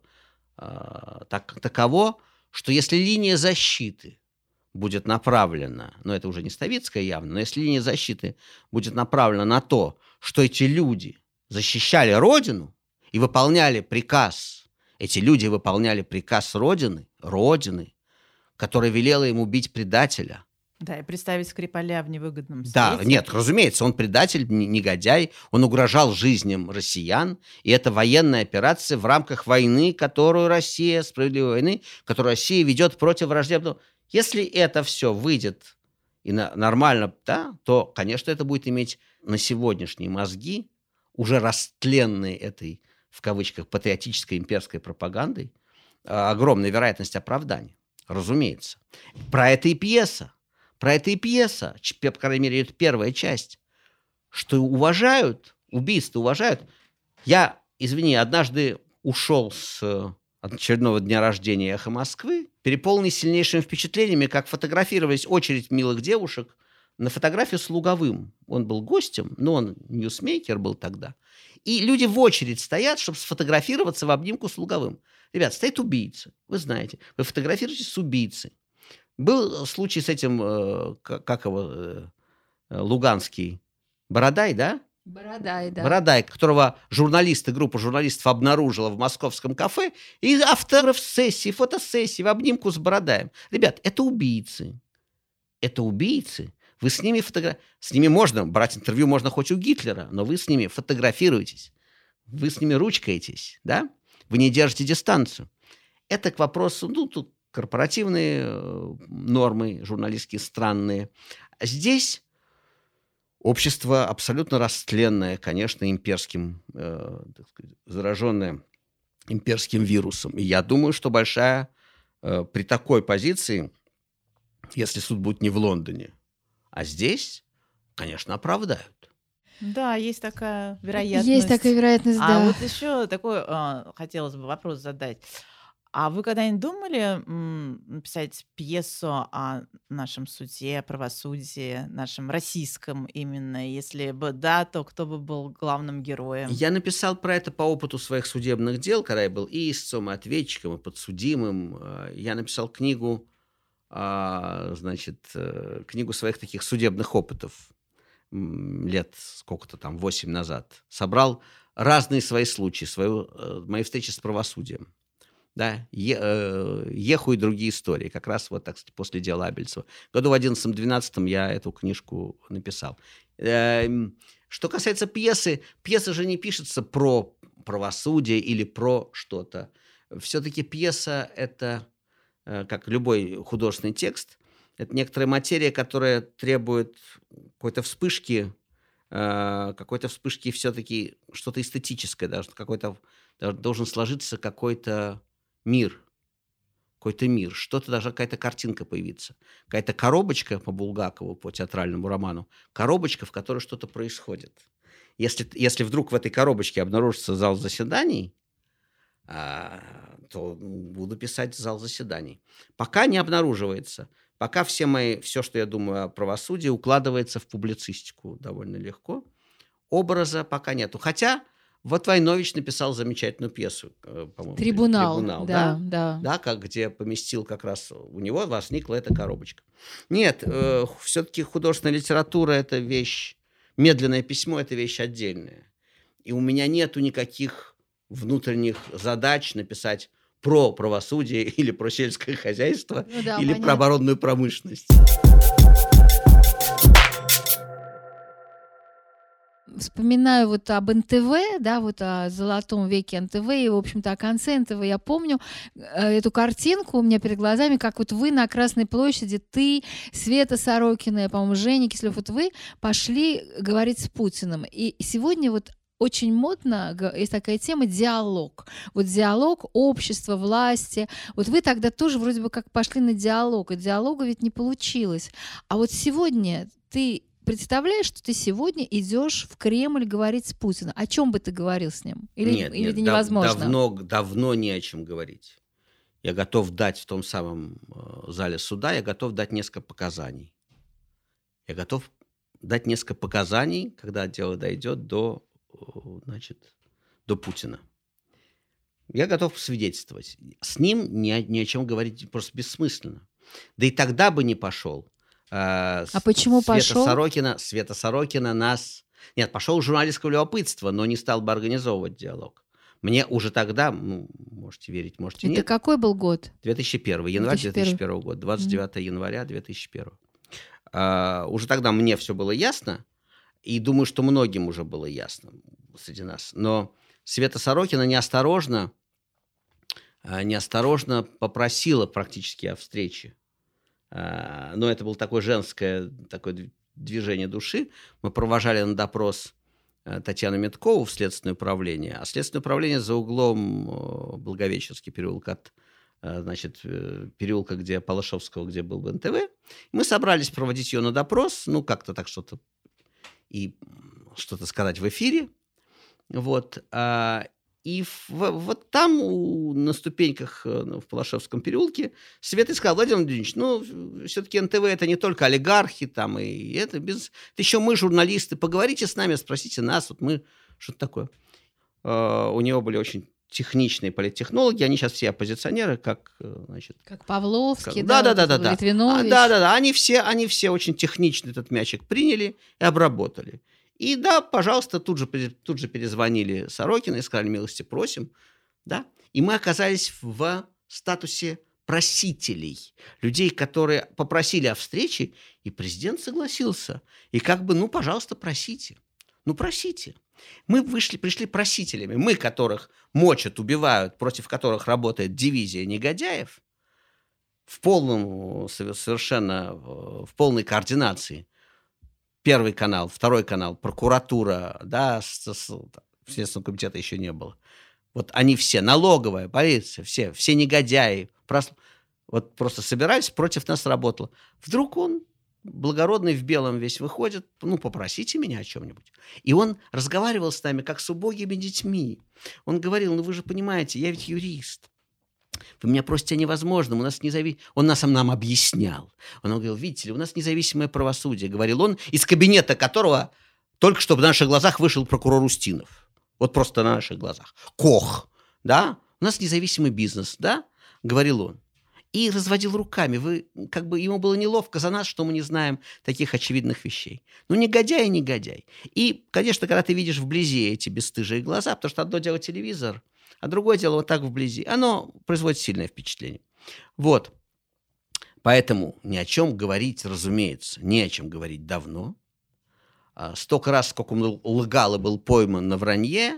таково, что если линия защиты будет направлена, это уже не Ставицкая явно, но если линия защиты будет направлена на то, что эти люди защищали Родину и выполняли приказ. Эти люди выполняли приказ Родины, которая велела ему бить предателя. Да, и представить Скрипаля в невыгодном свете. Да, нет, разумеется, он предатель, негодяй, он угрожал жизням россиян, и это военная операция в рамках войны, которую Россия, справедливой войны, которую Россия ведет против враждебного. Если это все выйдет и нормально, да, то, конечно, это будет иметь на сегодняшние мозги, уже растленные этой, в кавычках, патриотической имперской пропагандой, огромная вероятность оправдания, разумеется. Про это и пьеса. По крайней мере, это первая часть, что уважают, убийство уважают. Я, извини, однажды ушел с очередного дня рождения «Эхо Москвы», переполненный сильнейшими впечатлениями, как фотографировались очередь милых девушек на фотографию с Луговым. Он был гостем, но он ньюсмейкер был тогда. И люди в очередь стоят, чтобы сфотографироваться в обнимку с Луговым. Ребят, стоит убийца, вы знаете. Вы фотографируетесь с убийцей. Был случай с этим, как его, Луганский, Бородай, да? Бородай, да. Бородай, которого группа журналистов обнаружила в московском кафе, и авторов сессии, фотосессии в обнимку с Бородаем. Ребят, это убийцы. Это убийцы. Вы с ними с ними можно брать интервью, можно хоть у Гитлера, но вы с ними фотографируетесь. Вы с ними ручкаетесь, да? Вы не держите дистанцию. Это к вопросу, тут корпоративные нормы журналистские странные. Здесь общество абсолютно растленное, конечно, имперским, так сказать, зараженное имперским вирусом. И я думаю, что при такой позиции, если суд будет не в Лондоне, а здесь, конечно, оправдают. Да, есть такая вероятность. Есть такая вероятность, да. А вот еще такой хотелось бы вопрос задать. А вы когда-нибудь думали написать пьесу о нашем суде, правосудии, нашем российском именно? Если бы да, то кто бы был главным героем? Я написал про это по опыту своих судебных дел, когда я был и истцом, и ответчиком, и подсудимым. Я написал книгу своих таких судебных опытов лет сколько-то там, 8 назад. Собрал разные свои случаи, мои встречи с правосудием. Да, Еху и другие истории, как раз вот так сказать, после дела Абельцева. В году в 11-12 я эту книжку написал. Что касается пьесы, пьеса же не пишется про правосудие или про что-то. Все-таки пьеса – это, как любой художественный текст, это некоторая материя, которая требует какой-то вспышки все-таки что-то эстетическое, должен сложиться какой-то мир, что-то, даже какая-то картинка появиться. Какая-то коробочка по Булгакову, по театральному роману, коробочка, в которой что-то происходит. Если вдруг в этой коробочке обнаружится зал заседаний, то буду писать зал заседаний. Пока не обнаруживается. Пока все, что я думаю о правосудии, укладывается в публицистику довольно легко. Образа пока нету. Хотя вот Войнович написал замечательную пьесу, по-моему. «Трибунал», да. Да, Где поместил как раз, у него возникла эта коробочка. Нет, все-таки художественная литература – это вещь, медленное письмо – это вещь отдельная. И у меня нету никаких внутренних задач написать про правосудие или про сельское хозяйство, или понятно, про оборонную промышленность. Вспоминаю вот об НТВ, да, вот о золотом веке НТВ, и, в общем-то, о конце НТВ. Я помню эту картинку у меня перед глазами, как вот вы на Красной площади, ты, Света Сорокина, по-моему, Женя Киселев, вот вы пошли говорить с Путиным. И сегодня вот очень модно, есть такая тема диалог. Вот диалог общества, власти. Вот вы тогда тоже вроде бы как пошли на диалог, и диалога ведь не получилось. А вот сегодня ты представляешь, что ты сегодня идешь в Кремль говорить с Путиным? О чем бы ты говорил с ним? Или это невозможно? Давно не о чем говорить. Я готов дать в том самом зале суда, я готов дать несколько показаний. Я готов дать несколько показаний, когда дело дойдет до Путина. Я готов свидетельствовать. С ним ни о чем говорить просто бессмысленно. Да и тогда бы не пошел. А почему пошел? Света Сорокина нас... Нет, пошел журналистского любопытства, но не стал бы организовывать диалог. Мне уже тогда, можете верить, можете Это нет. какой был год? 2001, январь 2001 года, 29 января 2001. Уже тогда мне все было ясно, и думаю, что многим уже было ясно среди нас. Но Света Сорокина неосторожно попросила практически о встрече. Но это было такое женское движение души. Мы провожали на допрос Татьяну Меткову в Следственное управление, а Следственное управление за углом Благовещенский переулок от переулка, где Полошовского, где был бы НТВ. Мы собрались проводить ее на допрос, как-то так что-то сказать в эфире. Вот. И вот там, на ступеньках в Полошевском переулке, Света сказала: Владимир Владимирович, все-таки НТВ это не только олигархи, там, и это еще мы, журналисты, поговорите с нами, спросите нас, вот мы, что-то такое. У него были очень техничные политтехнологи, они сейчас все оппозиционеры, как Павловский, Литвинович. Да, они все очень технично этот мячик приняли и обработали. И да, пожалуйста, тут же перезвонили Сорокина и сказали: милости просим, да. И мы оказались в статусе просителей, людей, которые попросили о встрече, и президент согласился. И пожалуйста, просите. Просите. Мы пришли просителями. Мы, которых мочат, убивают, против которых работает дивизия негодяев, совершенно в полной координации. Первый канал, второй канал, прокуратура, да, Следственного комитета еще не было. Вот они все, налоговая, полиция, все негодяи, вот просто собирались, против нас работало. Вдруг он, благородный, в белом весь выходит: попросите меня о чем-нибудь. И он разговаривал с нами, как с убогими детьми. Он говорил: вы же понимаете, я ведь юрист. Вы меня просите о невозможном, Он нам объяснял. Он говорил: видите ли, у нас независимое правосудие, говорил он, из кабинета которого только что на наших глазах вышел прокурор Устинов. Вот просто на наших глазах. Кох, да? У нас независимый бизнес, да? Говорил он. И разводил руками. Ему было неловко за нас, что мы не знаем таких очевидных вещей. Негодяй. И, конечно, когда ты видишь вблизи эти бесстыжие глаза, потому что одно дело телевизор, а другое дело вот так вблизи, оно производит сильное впечатление. Вот. Поэтому ни о чем говорить, разумеется, не о чем говорить давно. Столько раз, сколько он лгал и был пойман на вранье,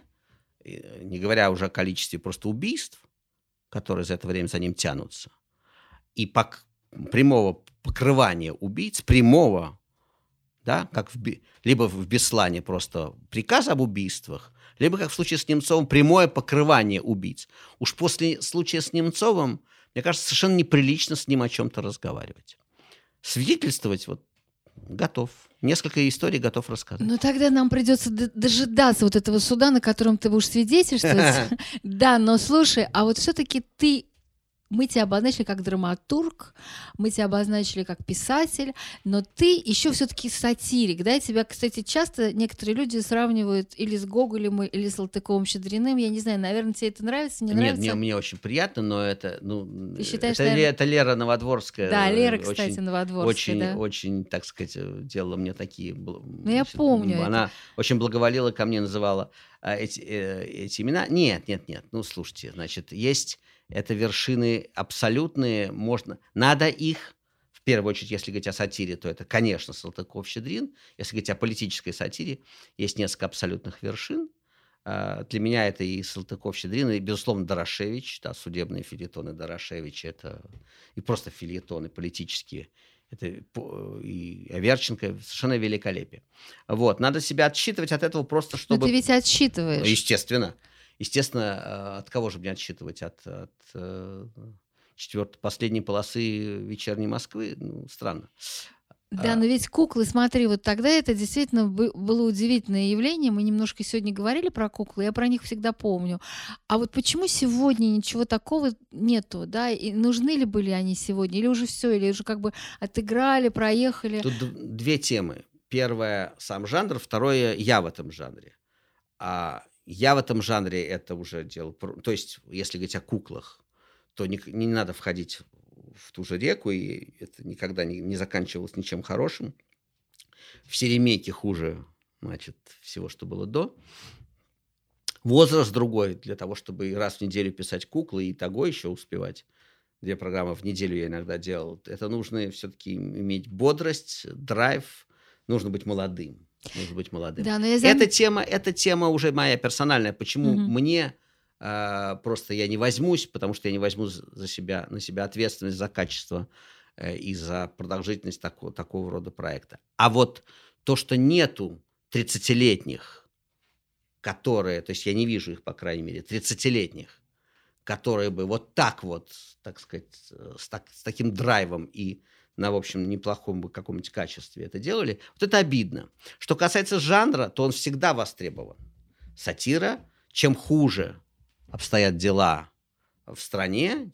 не говоря уже о количестве просто убийств, которые за это время за ним тянутся, и прямого покрывания убийц, прямого, да, либо в Беслане просто приказ об убийствах, либо, как в случае с Немцовым, прямое покрывание убийц. Уж после случая с Немцовым, мне кажется, совершенно неприлично с ним о чем-то разговаривать. Свидетельствовать готов. Несколько историй готов рассказать. Тогда нам придется дожидаться вот этого суда, на котором ты будешь свидетельствовать. Да, но слушай, а вот все-таки мы тебя обозначили как драматург, мы тебя обозначили как писатель, но ты еще все-таки сатирик, да? Тебя, кстати, часто некоторые люди сравнивают или с Гоголем, или с Салтыковым-Щедриным. Я не знаю, наверное, тебе это нравится, не нравится? Нет, мне очень приятно, но это, ты считаешь, это Лера Новодворская. Да, Лера, кстати, Новодворская. Очень, так сказать, делала мне такие... я помню Она очень благоволила ко мне, называла эти имена. Нет. Слушайте, значит, есть... Это вершины абсолютные, надо их, в первую очередь, если говорить о сатире, то это, конечно, Салтыков-Щедрин. Если говорить о политической сатире, есть несколько абсолютных вершин. Для меня это и Салтыков-Щедрин, и, безусловно, Дорошевич, да, судебные фельетоны Дорошевича, это и просто фельетоны политические, это и Аверченко, совершенно великолепие. Вот, надо себя отсчитывать от этого просто, чтобы... Но ты ведь отсчитываешь. Естественно, от кого же мне отсчитывать? От последней полосы «Вечерней Москвы»? Странно. Да, но ведь куклы, смотри, вот тогда это действительно было удивительное явление. Мы немножко сегодня говорили про куклы, я про них всегда помню. А вот почему сегодня ничего такого нету, да? И нужны ли были они сегодня? Или уже все, или уже отыграли, проехали? Тут две темы. Первое – сам жанр, второе – я в этом жанре. Я в этом жанре это уже делал. То есть, если говорить о куклах, то не надо входить в ту же реку, и это никогда не заканчивалось ничем хорошим. Все ремейки хуже, всего, что было до. возраст другой для того, чтобы и раз в неделю писать куклы, и того еще успевать. 2 программы в неделю я иногда делал. Это нужно все-таки иметь бодрость, драйв. Нужно быть молодым. Нужно быть молодым. Да, но я Эта тема уже моя персональная. Почему мне просто я не возьмусь, потому что я не возьму на себя ответственность за качество и за продолжительность такого рода проекта. А вот то, что нету 30-летних, которые, то есть я не вижу их, по крайней мере, 30-летних, которые бы вот так вот, так сказать, с таким драйвом и на, в общем, неплохом бы каком-нибудь качестве это делали, вот это обидно. Что касается жанра, то он всегда востребован. Сатира, чем хуже обстоят дела в стране,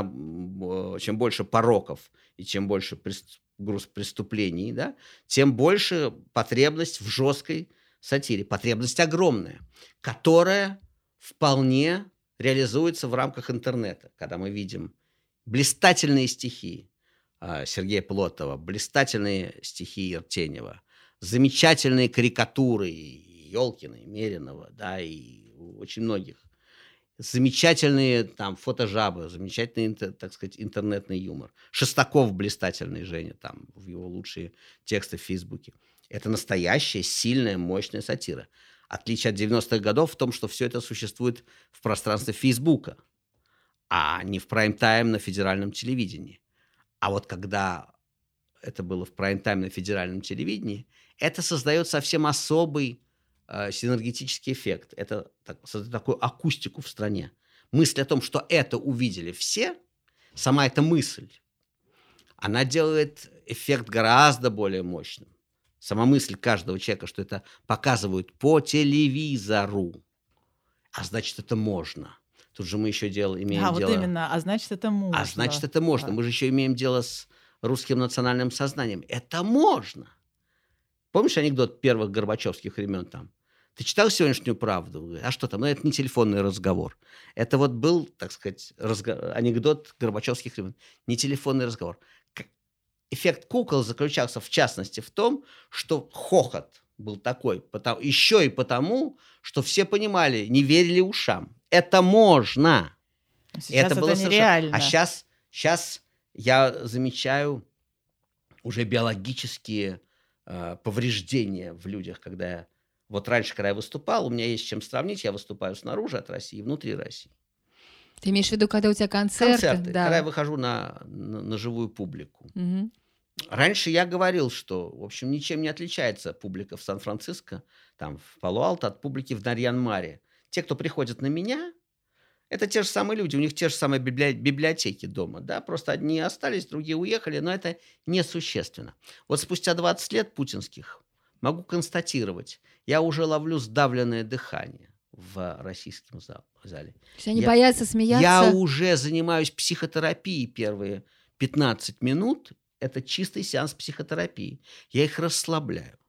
чем больше пороков и чем больше груз преступлений, да, тем больше потребность в жесткой сатире. Потребность огромная, которая вполне реализуется в рамках интернета, когда мы видим блистательные стихи Сергея Плотова, блистательные стихи Ертенева, замечательные карикатуры Ёлкина, и Меринова, да, и очень многих, замечательные там фотожабы, замечательный, так сказать, интернетный юмор. Шестаков блистательный, Женя, там, в его лучшие тексты в Фейсбуке. Это настоящая, сильная, мощная сатира. Отличие от 90-х годов в том, что все это существует в пространстве Фейсбука, а не в прайм-тайм на федеральном телевидении. А вот когда это было в прайм-тайм на федеральном телевидении, это создает совсем особый синергетический эффект. Это создает такую акустику в стране. Мысль о том, что это увидели все, сама эта мысль, она делает эффект гораздо более мощным. Сама мысль каждого человека, что это показывают по телевизору, а значит, это можно. Тут же мы еще имеем дело... вот именно, а значит, это можно. А значит, это можно. Да. Мы же еще имеем дело с русским национальным сознанием. Это можно. Помнишь анекдот первых горбачевских времен там? Ты читал «Сегодняшнюю правду»? А что там? Ну, это не телефонный разговор. Это вот был, так сказать, анекдот горбачевских времен. Не телефонный разговор. Эффект кукол заключался, в частности, в том, что хохот был такой. Еще и потому, что все понимали, не верили ушам. Это можно. Сейчас это было нереально. А сейчас я замечаю уже биологические повреждения в людях, когда я... Вот раньше, когда я выступал, у меня есть с чем сравнить, я выступаю снаружи от России и внутри России. Ты имеешь в виду, когда у тебя концерты? Да. Когда я выхожу на живую публику. Угу. Раньше я говорил, что, в общем, ничем не отличается публика в Сан-Франциско, там, в Пало-Алто от публики в Нарьян-Маре. Те, кто приходят на меня, это те же самые люди, у них те же самые библиотеки дома, да, просто одни остались, другие уехали, но это несущественно. Вот спустя 20 лет путинских могу констатировать, я уже ловлю сдавленное дыхание в российском зале. То есть они боятся смеяться? Я уже занимаюсь психотерапией первые 15 минут. Это чистый сеанс психотерапии. Я их расслабляю.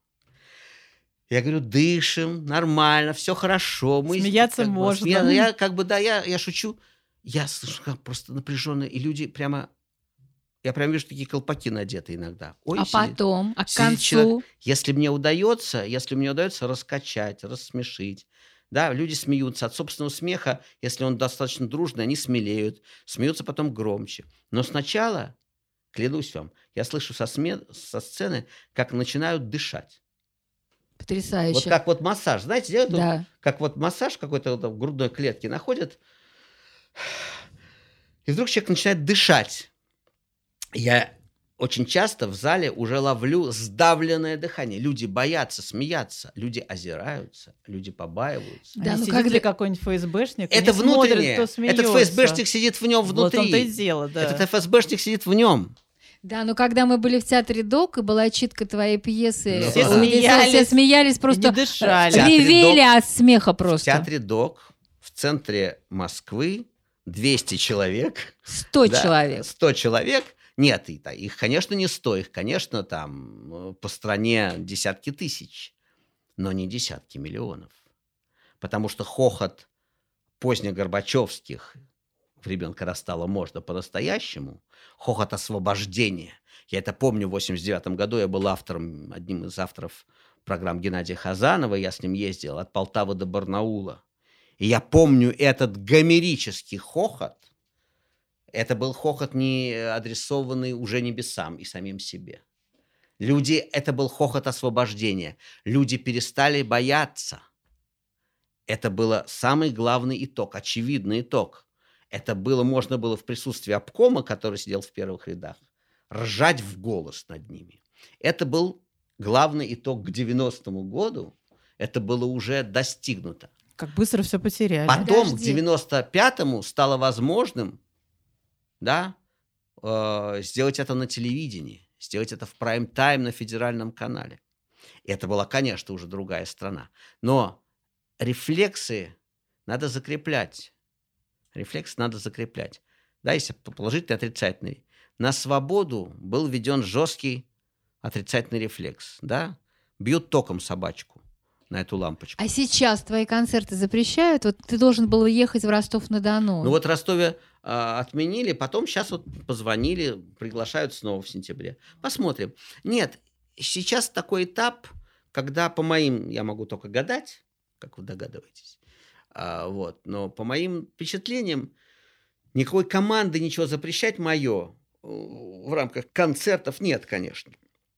Я говорю, дышим, нормально, все хорошо. Смеяться можно. Я шучу. Я слышу, как просто напряженно. И люди прямо... Я прям вижу такие колпаки надеты иногда. Ой, потом, к концу? Человек, если мне удается раскачать, рассмешить, да, люди смеются от собственного смеха, если он достаточно дружный, они смелеют, смеются потом громче. Но сначала, клянусь вам, я слышу со сцены, как начинают дышать. Потрясающе. Вот как вот массаж, знаете, делают, да. Как вот массаж какой-то в грудной клетке находят, и вдруг человек начинает дышать. Я очень часто в зале уже ловлю сдавленное дыхание. Люди боятся смеяться, люди озираются, люди побаиваются. Да, сидит ли какой-нибудь ФСБшник? Это внутреннее. Этот ФСБшник сидит в нем внутри. Вот он-то и дело, да. Этот ФСБшник сидит в нем. Да, но когда мы были в театре ДОК, и была читка твоей пьесы, все смеялись просто, ревели от смеха просто. В театре ДОК в центре Москвы 200 человек. 100 человек. 100 человек. Нет, их, конечно, не 100, их, конечно, там по стране десятки тысяч, но не десятки миллионов. Потому что хохот позднегорбачевских времен, когда стало можно по-настоящему, хохот освобождения. Я это помню, в 1989 году я был одним из авторов программ Геннадия Хазанова, я с ним ездил от Полтавы до Барнаула. И я помню этот гомерический хохот. Это был хохот, не адресованный уже небесам и самим себе. Это был хохот освобождения. Люди перестали бояться. Это был самый главный итог, очевидный итог. Можно было в присутствии обкома, который сидел в первых рядах, ржать в голос над ними. Это был главный итог к 90-му году. Это было уже достигнуто. Как быстро все потеряли. Потом к 95-му стало возможным, да, сделать это на телевидении, сделать это в прайм-тайм на федеральном канале. И это была, конечно, уже другая страна. Но рефлексы надо закреплять. Да, если положительный, отрицательный. На свободу был введен жесткий отрицательный рефлекс. Да? Бьют током собачку на эту лампочку. А сейчас твои концерты запрещают? Вот ты должен был ехать в Ростов-на-Дону. Ну вот в Ростове отменили, потом сейчас вот позвонили, приглашают снова в сентябре. Посмотрим. Нет, сейчас такой этап, когда я могу только гадать, как вы догадываетесь, но по моим впечатлениям никакой команды ничего запрещать в рамках концертов нет, конечно.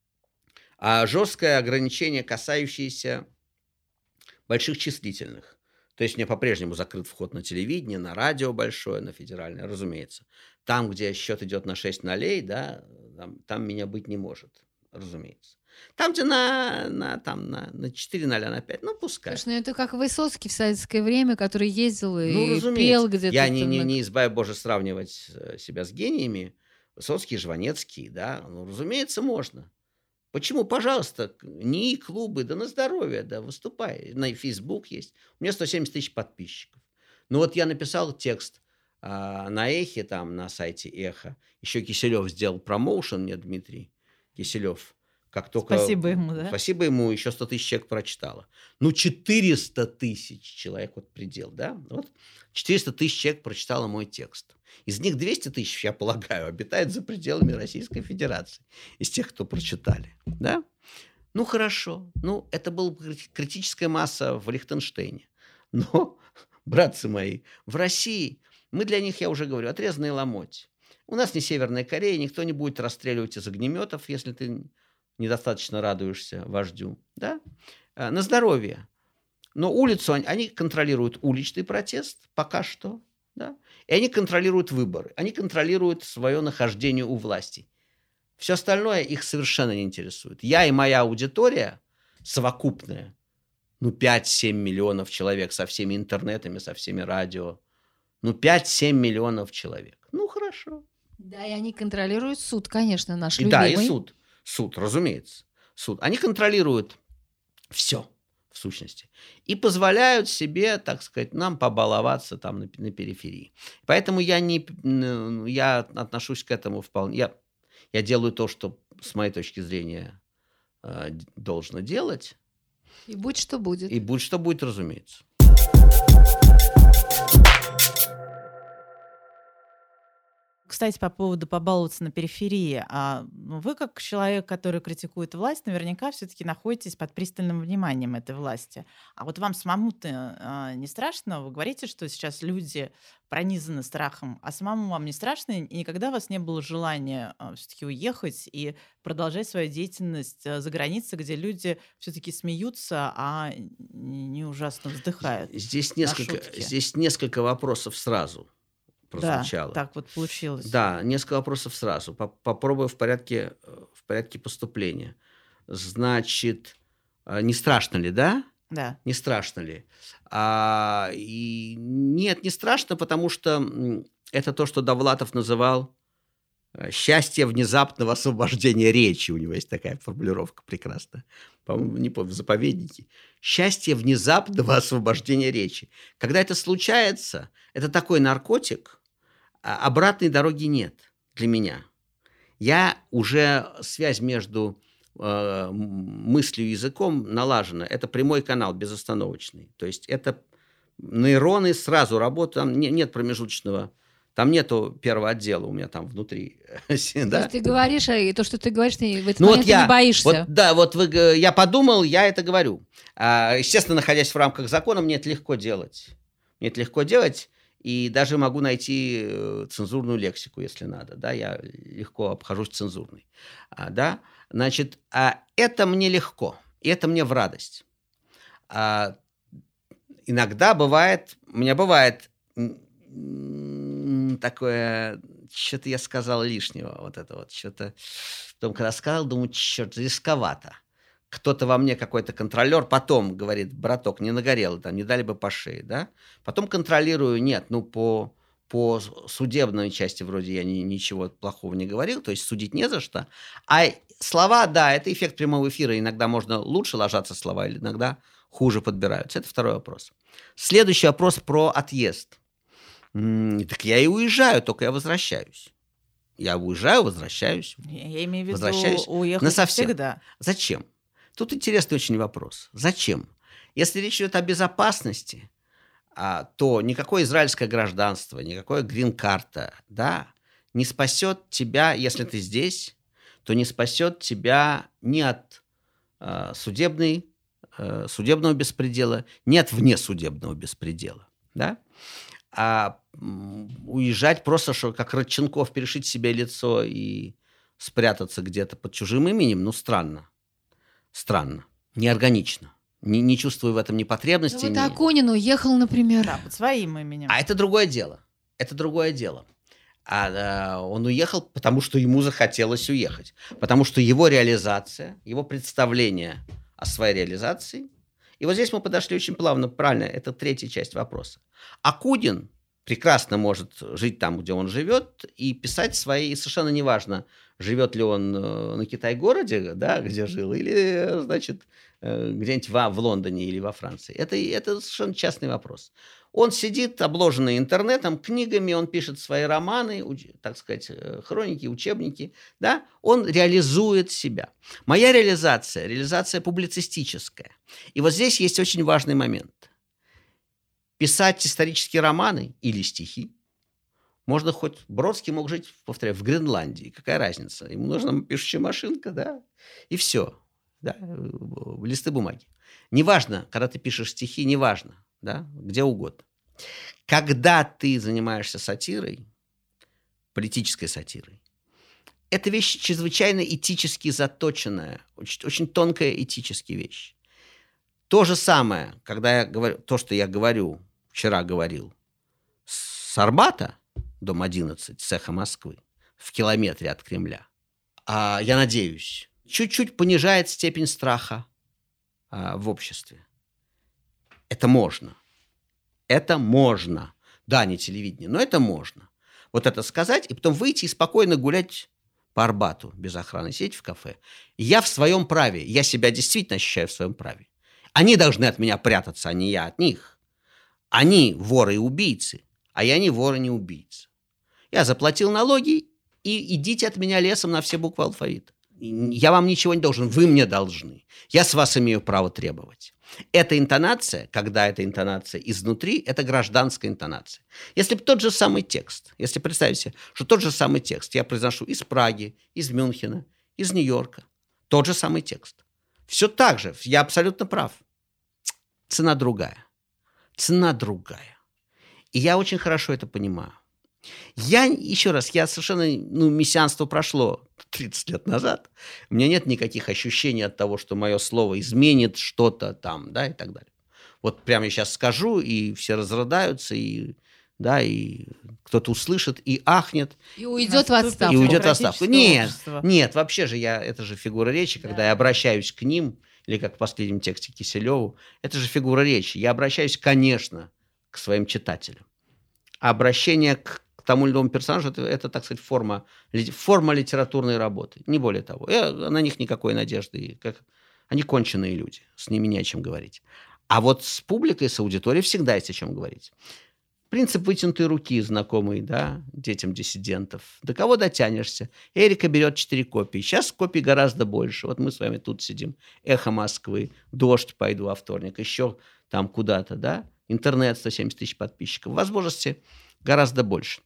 А жесткое ограничение, касающееся больших числительных. То есть мне по-прежнему закрыт вход на телевидение, на радио большое, на федеральное, разумеется. Там, где счет идет на 6-0, да, там меня быть не может, разумеется. Там, где на 4-0, на 5, пускай. Слушай, это как Высоцкий в советское время, который ездил и пел где-то. Я не избавь Боже сравнивать себя с гениями. Высоцкий, Жванецкий, да, разумеется, можно. Почему? Пожалуйста, НИИ, клубы, да на здоровье, да, выступай. На Facebook есть. У меня 170 тысяч подписчиков. Я написал текст на Эхе, там, на сайте Эхо. Еще Киселев сделал промоушен мне, Дмитрий Киселев. Как только... Спасибо ему, да? Спасибо ему, еще 100 тысяч человек прочитало. 400 тысяч человек, предел, да? 400 тысяч человек прочитало мой текст. Из них 200 тысяч, я полагаю, обитают за пределами Российской Федерации. Из тех, кто прочитали, да? Хорошо. Это была критическая масса в Лихтенштейне. Но, братцы мои, в России мы для них, я уже говорю, отрезанные ломоть. У нас не Северная Корея, никто не будет расстреливать из огнеметов, если ты недостаточно радуешься вождю, да? На здоровье. Но улицу они контролируют уличный протест пока что, да? И они контролируют выборы, они контролируют свое нахождение у власти. Все остальное их совершенно не интересует. Я и моя аудитория совокупная, 5-7 миллионов человек со всеми интернетами, со всеми радио, 5-7 миллионов человек. Хорошо. Да, и они контролируют суд, конечно, наш любимый. Да, и суд. Суд, разумеется. Суд. Они контролируют все, в сущности. И позволяют себе, так сказать, нам побаловаться там на периферии. Поэтому я отношусь к этому вполне... Я делаю то, что, с моей точки зрения, должно делать. И будь что будет. И будь что будет, разумеется. Кстати, по поводу побаловаться на периферии. Вы, как человек, который критикует власть, наверняка все-таки находитесь под пристальным вниманием этой власти. А вот вам самому-то не страшно? Вы говорите, что сейчас люди пронизаны страхом, а самому вам не страшно? И никогда у вас не было желания все-таки уехать и продолжать свою деятельность за границей, где люди все-таки смеются, а не ужасно вздыхают? Здесь несколько вопросов сразу прозвучало. Да, так вот получилось. Да, несколько вопросов сразу. Попробую в порядке поступления. Значит, не страшно ли, да? Да. Не страшно ли? Нет, не страшно, потому что это то, что Довлатов называл счастье внезапного освобождения речи. У него есть такая формулировка прекрасная. По-моему, не помню, в заповеднике. Счастье внезапного освобождения речи. Когда это случается, это такой наркотик, обратной дороги нет для меня. Связь между мыслью и языком налажена. Это прямой канал, безостановочный. То есть это нейроны сразу работают, там нет промежуточного, там нету первого отдела у меня там внутри. То есть ты говоришь, и то, что ты говоришь, ты в этот момент не боишься. Я подумал, я это говорю. Естественно, находясь в рамках закона, мне это легко делать. Мне это легко делать, и даже могу найти цензурную лексику, если надо. Да, я легко обхожусь цензурной. Да? Значит, это мне легко, и это мне в радость. Иногда бывает, у меня бывает такое, что-то я сказал лишнего, вот это вот, что-то, потом, когда сказал, думаю, черт, рисковато. Кто-то во мне, какой-то контролер, потом говорит, браток, не нагорело, там, не дали бы по шее, да? Потом контролирую, нет, по судебной части вроде я ничего плохого не говорил, то есть судить не за что. А слова, да, это эффект прямого эфира, иногда можно лучше ложатся слова, или иногда хуже подбираются. Это второй вопрос. Следующий вопрос про отъезд. Так я и уезжаю, только я возвращаюсь. Я уезжаю, возвращаюсь. Я имею в виду уехать насовсем. всегда. Зачем? Тут интересный очень вопрос. Зачем? Если речь идет о безопасности, то никакое израильское гражданство, никакое грин-карта, да, не спасет тебя, если ты здесь, то не спасет тебя ни от судебного беспредела, ни от внесудебного беспредела. Да? А уезжать просто, что как Родченков, перешить себе лицо и спрятаться где-то под чужим именем, странно. Странно, неорганично. Не чувствую в этом ни потребности. Вот Акунин уехал, например. Да, под своим именем. А это другое дело. Это другое дело. Он уехал, потому что ему захотелось уехать. Потому что его реализация, его представление о своей реализации. И вот здесь мы подошли очень плавно, правильно, это третья часть вопроса. Акунин прекрасно может жить там, где он живет, и писать свои, совершенно неважно, живет ли он на Китай-городе, да, где жил, или, значит, где-нибудь в Лондоне или во Франции. Это совершенно частный вопрос. Он сидит, обложенный интернетом, книгами, он пишет свои романы, так сказать, хроники, учебники, да, он реализует себя. Моя реализация публицистическая. И вот здесь есть очень важный момент. Писать исторические романы или стихи можно хоть... Бродский мог жить, повторяю, в Гренландии. Какая разница? Ему нужна пишущая машинка, да, и все. Да, листы бумаги. Неважно, когда ты пишешь стихи, неважно, да, где угодно. Когда ты занимаешься сатирой, политической сатирой, это вещь чрезвычайно этически заточенная, очень тонкая этическая вещь. То же самое, когда я говорю, то, что я говорю, вчера говорил, с Арбата, дом 11, цеха Москвы, в километре от Кремля, я надеюсь, чуть-чуть понижает степень страха в обществе. Это можно. Это можно. Да, не телевидение, но это можно. Вот это сказать, и потом выйти и спокойно гулять по Арбату без охраны, сидеть в кафе. Я в своем праве. Я себя действительно ощущаю в своем праве. Они должны от меня прятаться, а не я от них. Они воры и убийцы, а я не вор и не убийца. Я заплатил налоги, и идите от меня лесом на все буквы алфавита. Я вам ничего не должен, вы мне должны. Я с вас имею право требовать. Эта интонация, когда эта интонация изнутри, это гражданская интонация. Если бы тот же самый текст, если представить себе, что тот же самый текст я произношу из Праги, из Мюнхена, из Нью-Йорка, тот же самый текст. Все так же, я абсолютно прав. Цена другая. Цена другая. И я очень хорошо это понимаю. Я совершенно, мессианство прошло 30 лет назад. У меня нет никаких ощущений от того, что мое слово изменит что-то там, да, и так далее. Вот прямо я сейчас скажу, и все разрыдаются, и кто-то услышит, и ахнет. И уйдет в отставку. Нет, вообще же это же фигура речи, когда я обращаюсь к ним, или как в последнем тексте Киселеву, это же фигура речи. Я обращаюсь, конечно, к своим читателям. А обращение к тому или иному персонажу это, так сказать, форма литературной работы. Не более того. На них никакой надежды. Они конченые люди. С ними не о чем говорить. А вот с публикой, с аудиторией всегда есть о чем говорить. Принцип вытянутой руки, знакомый, да, детям диссидентов. До кого дотянешься? Эрика берет 4 копии. Сейчас копий гораздо больше. Вот мы с вами тут сидим. «Эхо Москвы», «Дождь», пойду во вторник, еще там куда-то, да. Интернет, 170 тысяч подписчиков. Возможности гораздо больше.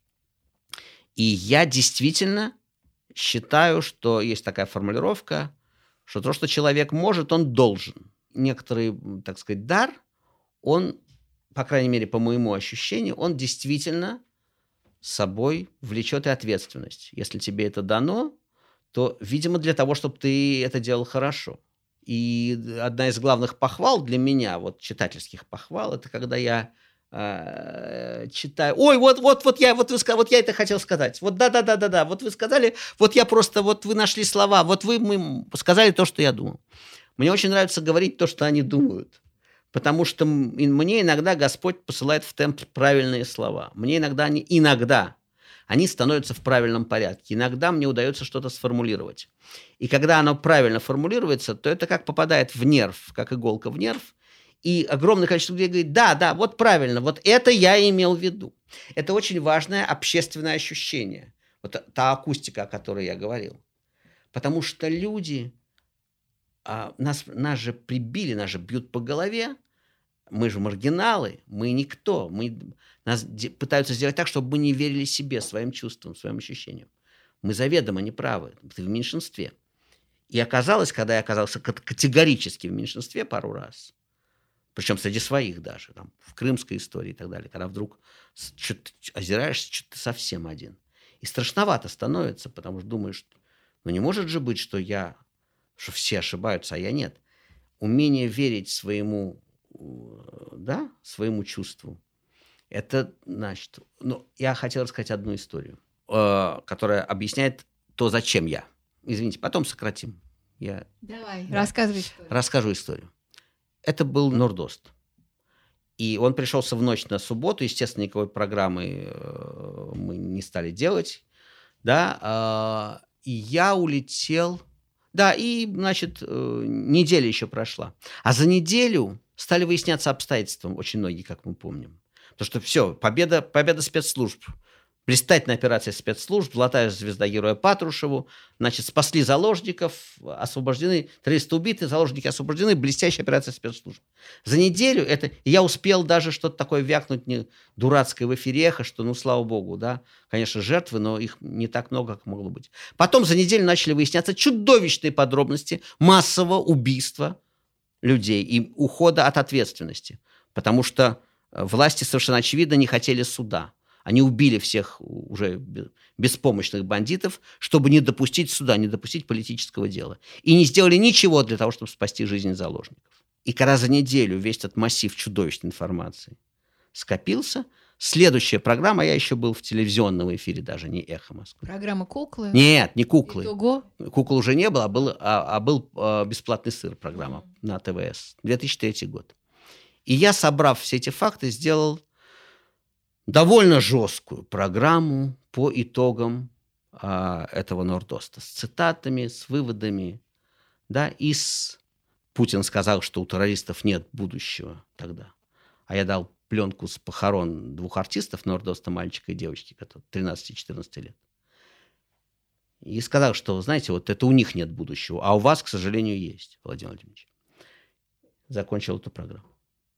И я действительно считаю, что есть такая формулировка, что то, что человек может, он должен. Некоторый, так сказать, дар, он по крайней мере, по моему ощущению, он действительно с собой влечет и ответственность. Если тебе это дано, то, видимо, для того, чтобы ты это делал хорошо. И одна из главных похвал для меня, вот читательских похвал, это когда я читаю. Ой, вот я это хотел сказать. Вот да. Вот вы сказали, вот я просто, вот вы нашли слова, вот мы сказали то, что я думал. Мне очень нравится говорить то, что они думают. Потому что мне иногда Господь посылает в темп правильные слова. Мне иногда они становятся в правильном порядке. Иногда мне удается что-то сформулировать. И когда оно правильно формулируется, то это как попадает в нерв, как иголка в нерв. И огромное количество людей говорит, да, вот правильно, вот это я имел в виду. Это очень важное общественное ощущение. Вот та акустика, о которой я говорил. Потому что люди, нас же прибили, нас же бьют по голове. Мы же маргиналы, мы никто. Нас пытаются сделать так, чтобы мы не верили себе, своим чувствам, своим ощущениям. Мы заведомо неправы, ты в меньшинстве. И оказалось, когда я оказался категорически в меньшинстве пару раз, причем среди своих даже, там, в крымской истории и так далее, когда вдруг озираешься, что ты совсем один. И страшновато становится, потому что думаешь, не может же быть, что все ошибаются, а я нет. Умение верить своему чувству. Это, значит... я хотел рассказать одну историю, которая объясняет то, зачем я. Извините, потом сократим. Давай, рассказывай историю. Расскажу историю. Это был Нордост. И он пришелся в ночь на субботу. Естественно, никакой программы мы не стали делать. Да, и я улетел... Да, и, значит, неделя еще прошла. А за неделю стали выясняться обстоятельства, очень многие, как мы помним. Потому что все, победа спецслужб. Блистательная операция спецслужб, золотая звезда героя Патрушеву. Значит, спасли заложников, освобождены, террористы убиты, заложники освобождены. Блестящая операция спецслужб. За неделю я успел даже что-то такое вякнуть дурацкое в эфире «Эхо», что, слава богу, да, конечно, жертвы, но их не так много, как могло быть. Потом за неделю начали выясняться чудовищные подробности массового убийства людей и ухода от ответственности. Потому что власти совершенно очевидно не хотели суда. Они убили всех уже беспомощных бандитов, чтобы не допустить суда, не допустить политического дела. И не сделали ничего для того, чтобы спасти жизнь заложников. И когда за неделю весь этот массив чудовищной информации скопился, следующая программа, я еще был в телевизионном эфире, даже не «Эхо Москвы». Программа «Куклы»? Нет, не «Куклы». Итого? Кукол уже не было, был «Бесплатный сыр» программа на ТВС. 2003 год. И я, собрав все эти факты, сделал довольно жесткую программу по итогам этого Нордоста. С цитатами, с выводами. Да, Путин сказал, что у террористов нет будущего тогда. А я дал пленку с похорон 2 артистов Нордоста, мальчика и девочки, которые 13-14 лет. И сказал, что, знаете, вот это у них нет будущего, а у вас, к сожалению, есть, Владимир Владимирович. Закончил эту программу.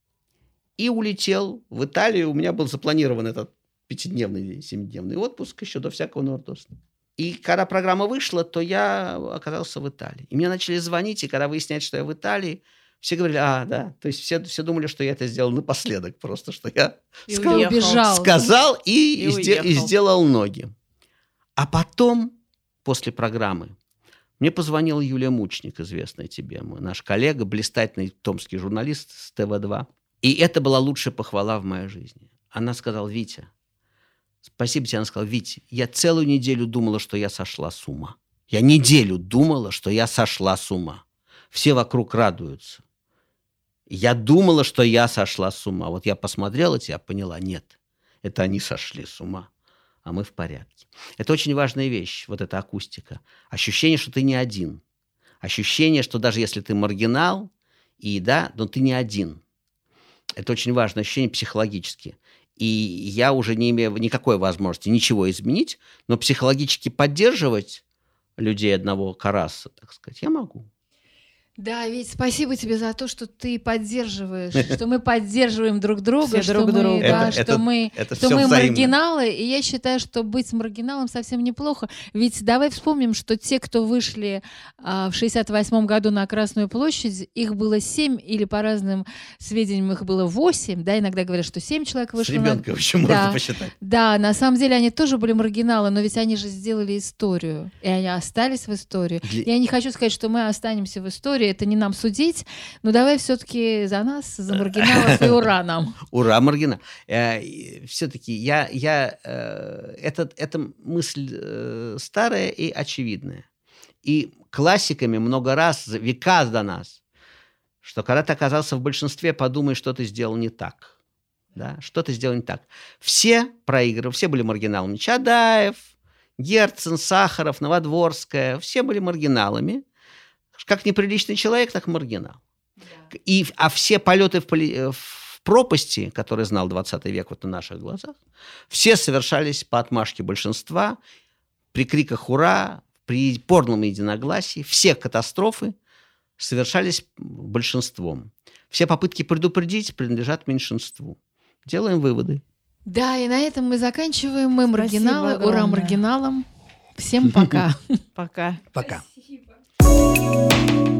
И улетел в Италию. У меня был запланирован этот 5-дневный, 7-дневный отпуск еще до всякого Нордоста. И когда программа вышла, то я оказался в Италии. И мне начали звонить, и когда выясняют, что я в Италии, все говорили, да. То есть все думали, что я это сделал напоследок. Просто, что я сказал и сделал ноги. А потом, после программы, мне позвонила Юлия Мучник, известная тебе, наш коллега, блистательный томский журналист с ТВ-2. И это была лучшая похвала в моей жизни. Она сказала: Витя, спасибо тебе. Она сказала: Витя, я целую неделю думала, что я сошла с ума. Я неделю думала, что я сошла с ума. Все вокруг радуются. Я думала, что я сошла с ума. Вот я посмотрела тебя, поняла, нет, это они сошли с ума, а мы в порядке. Это очень важная вещь, вот эта акустика. Ощущение, что ты не один. Ощущение, что даже если ты маргинал, но ты не один. Это очень важное ощущение психологически. И я уже не имею никакой возможности ничего изменить, но психологически поддерживать людей одного караса, так сказать, я могу. Да, Вить, спасибо тебе за то, что ты поддерживаешь, что мы поддерживаем друг друга, Все что друг мы, друга. да, Это что мы всё взаимно. маргиналы, и я считаю, что быть маргиналом совсем неплохо. Ведь давай вспомним, что те, кто вышли в 68 году на Красную площадь, их было 7, или по разным сведениям их было 8, да, иногда говорят, что 7 человек С вышло. ребенком еще Да. можно посчитать. Да, на самом деле они тоже были маргиналы, но ведь они же сделали историю, и они остались в истории. Я не хочу сказать, что мы останемся в истории, это не нам судить, но давай все-таки за нас, за маргиналов, и ура нам. Ура, маргинал. Все-таки эта мысль старая и очевидная. И классиками много раз, века до нас, что когда ты оказался в большинстве, подумай, что ты сделал не так. Да? Что ты сделал не так. Все проигрывали, все были маргиналами. Чадаев, Герцен, Сахаров, Новодворская, все были маргиналами. Как неприличный человек, так маргинал. А все полеты в пропасти, которые знал 20 век вот на наших глазах, все совершались по отмашке большинства, при криках «Ура!», при полном единогласии. Все катастрофы совершались большинством. Все попытки предупредить принадлежат меньшинству. Делаем выводы. Да, и на этом мы заканчиваем. Мы Спасибо маргиналы. Ура огромное. маргиналам. Всем пока. Пока. Пока. Спасибо.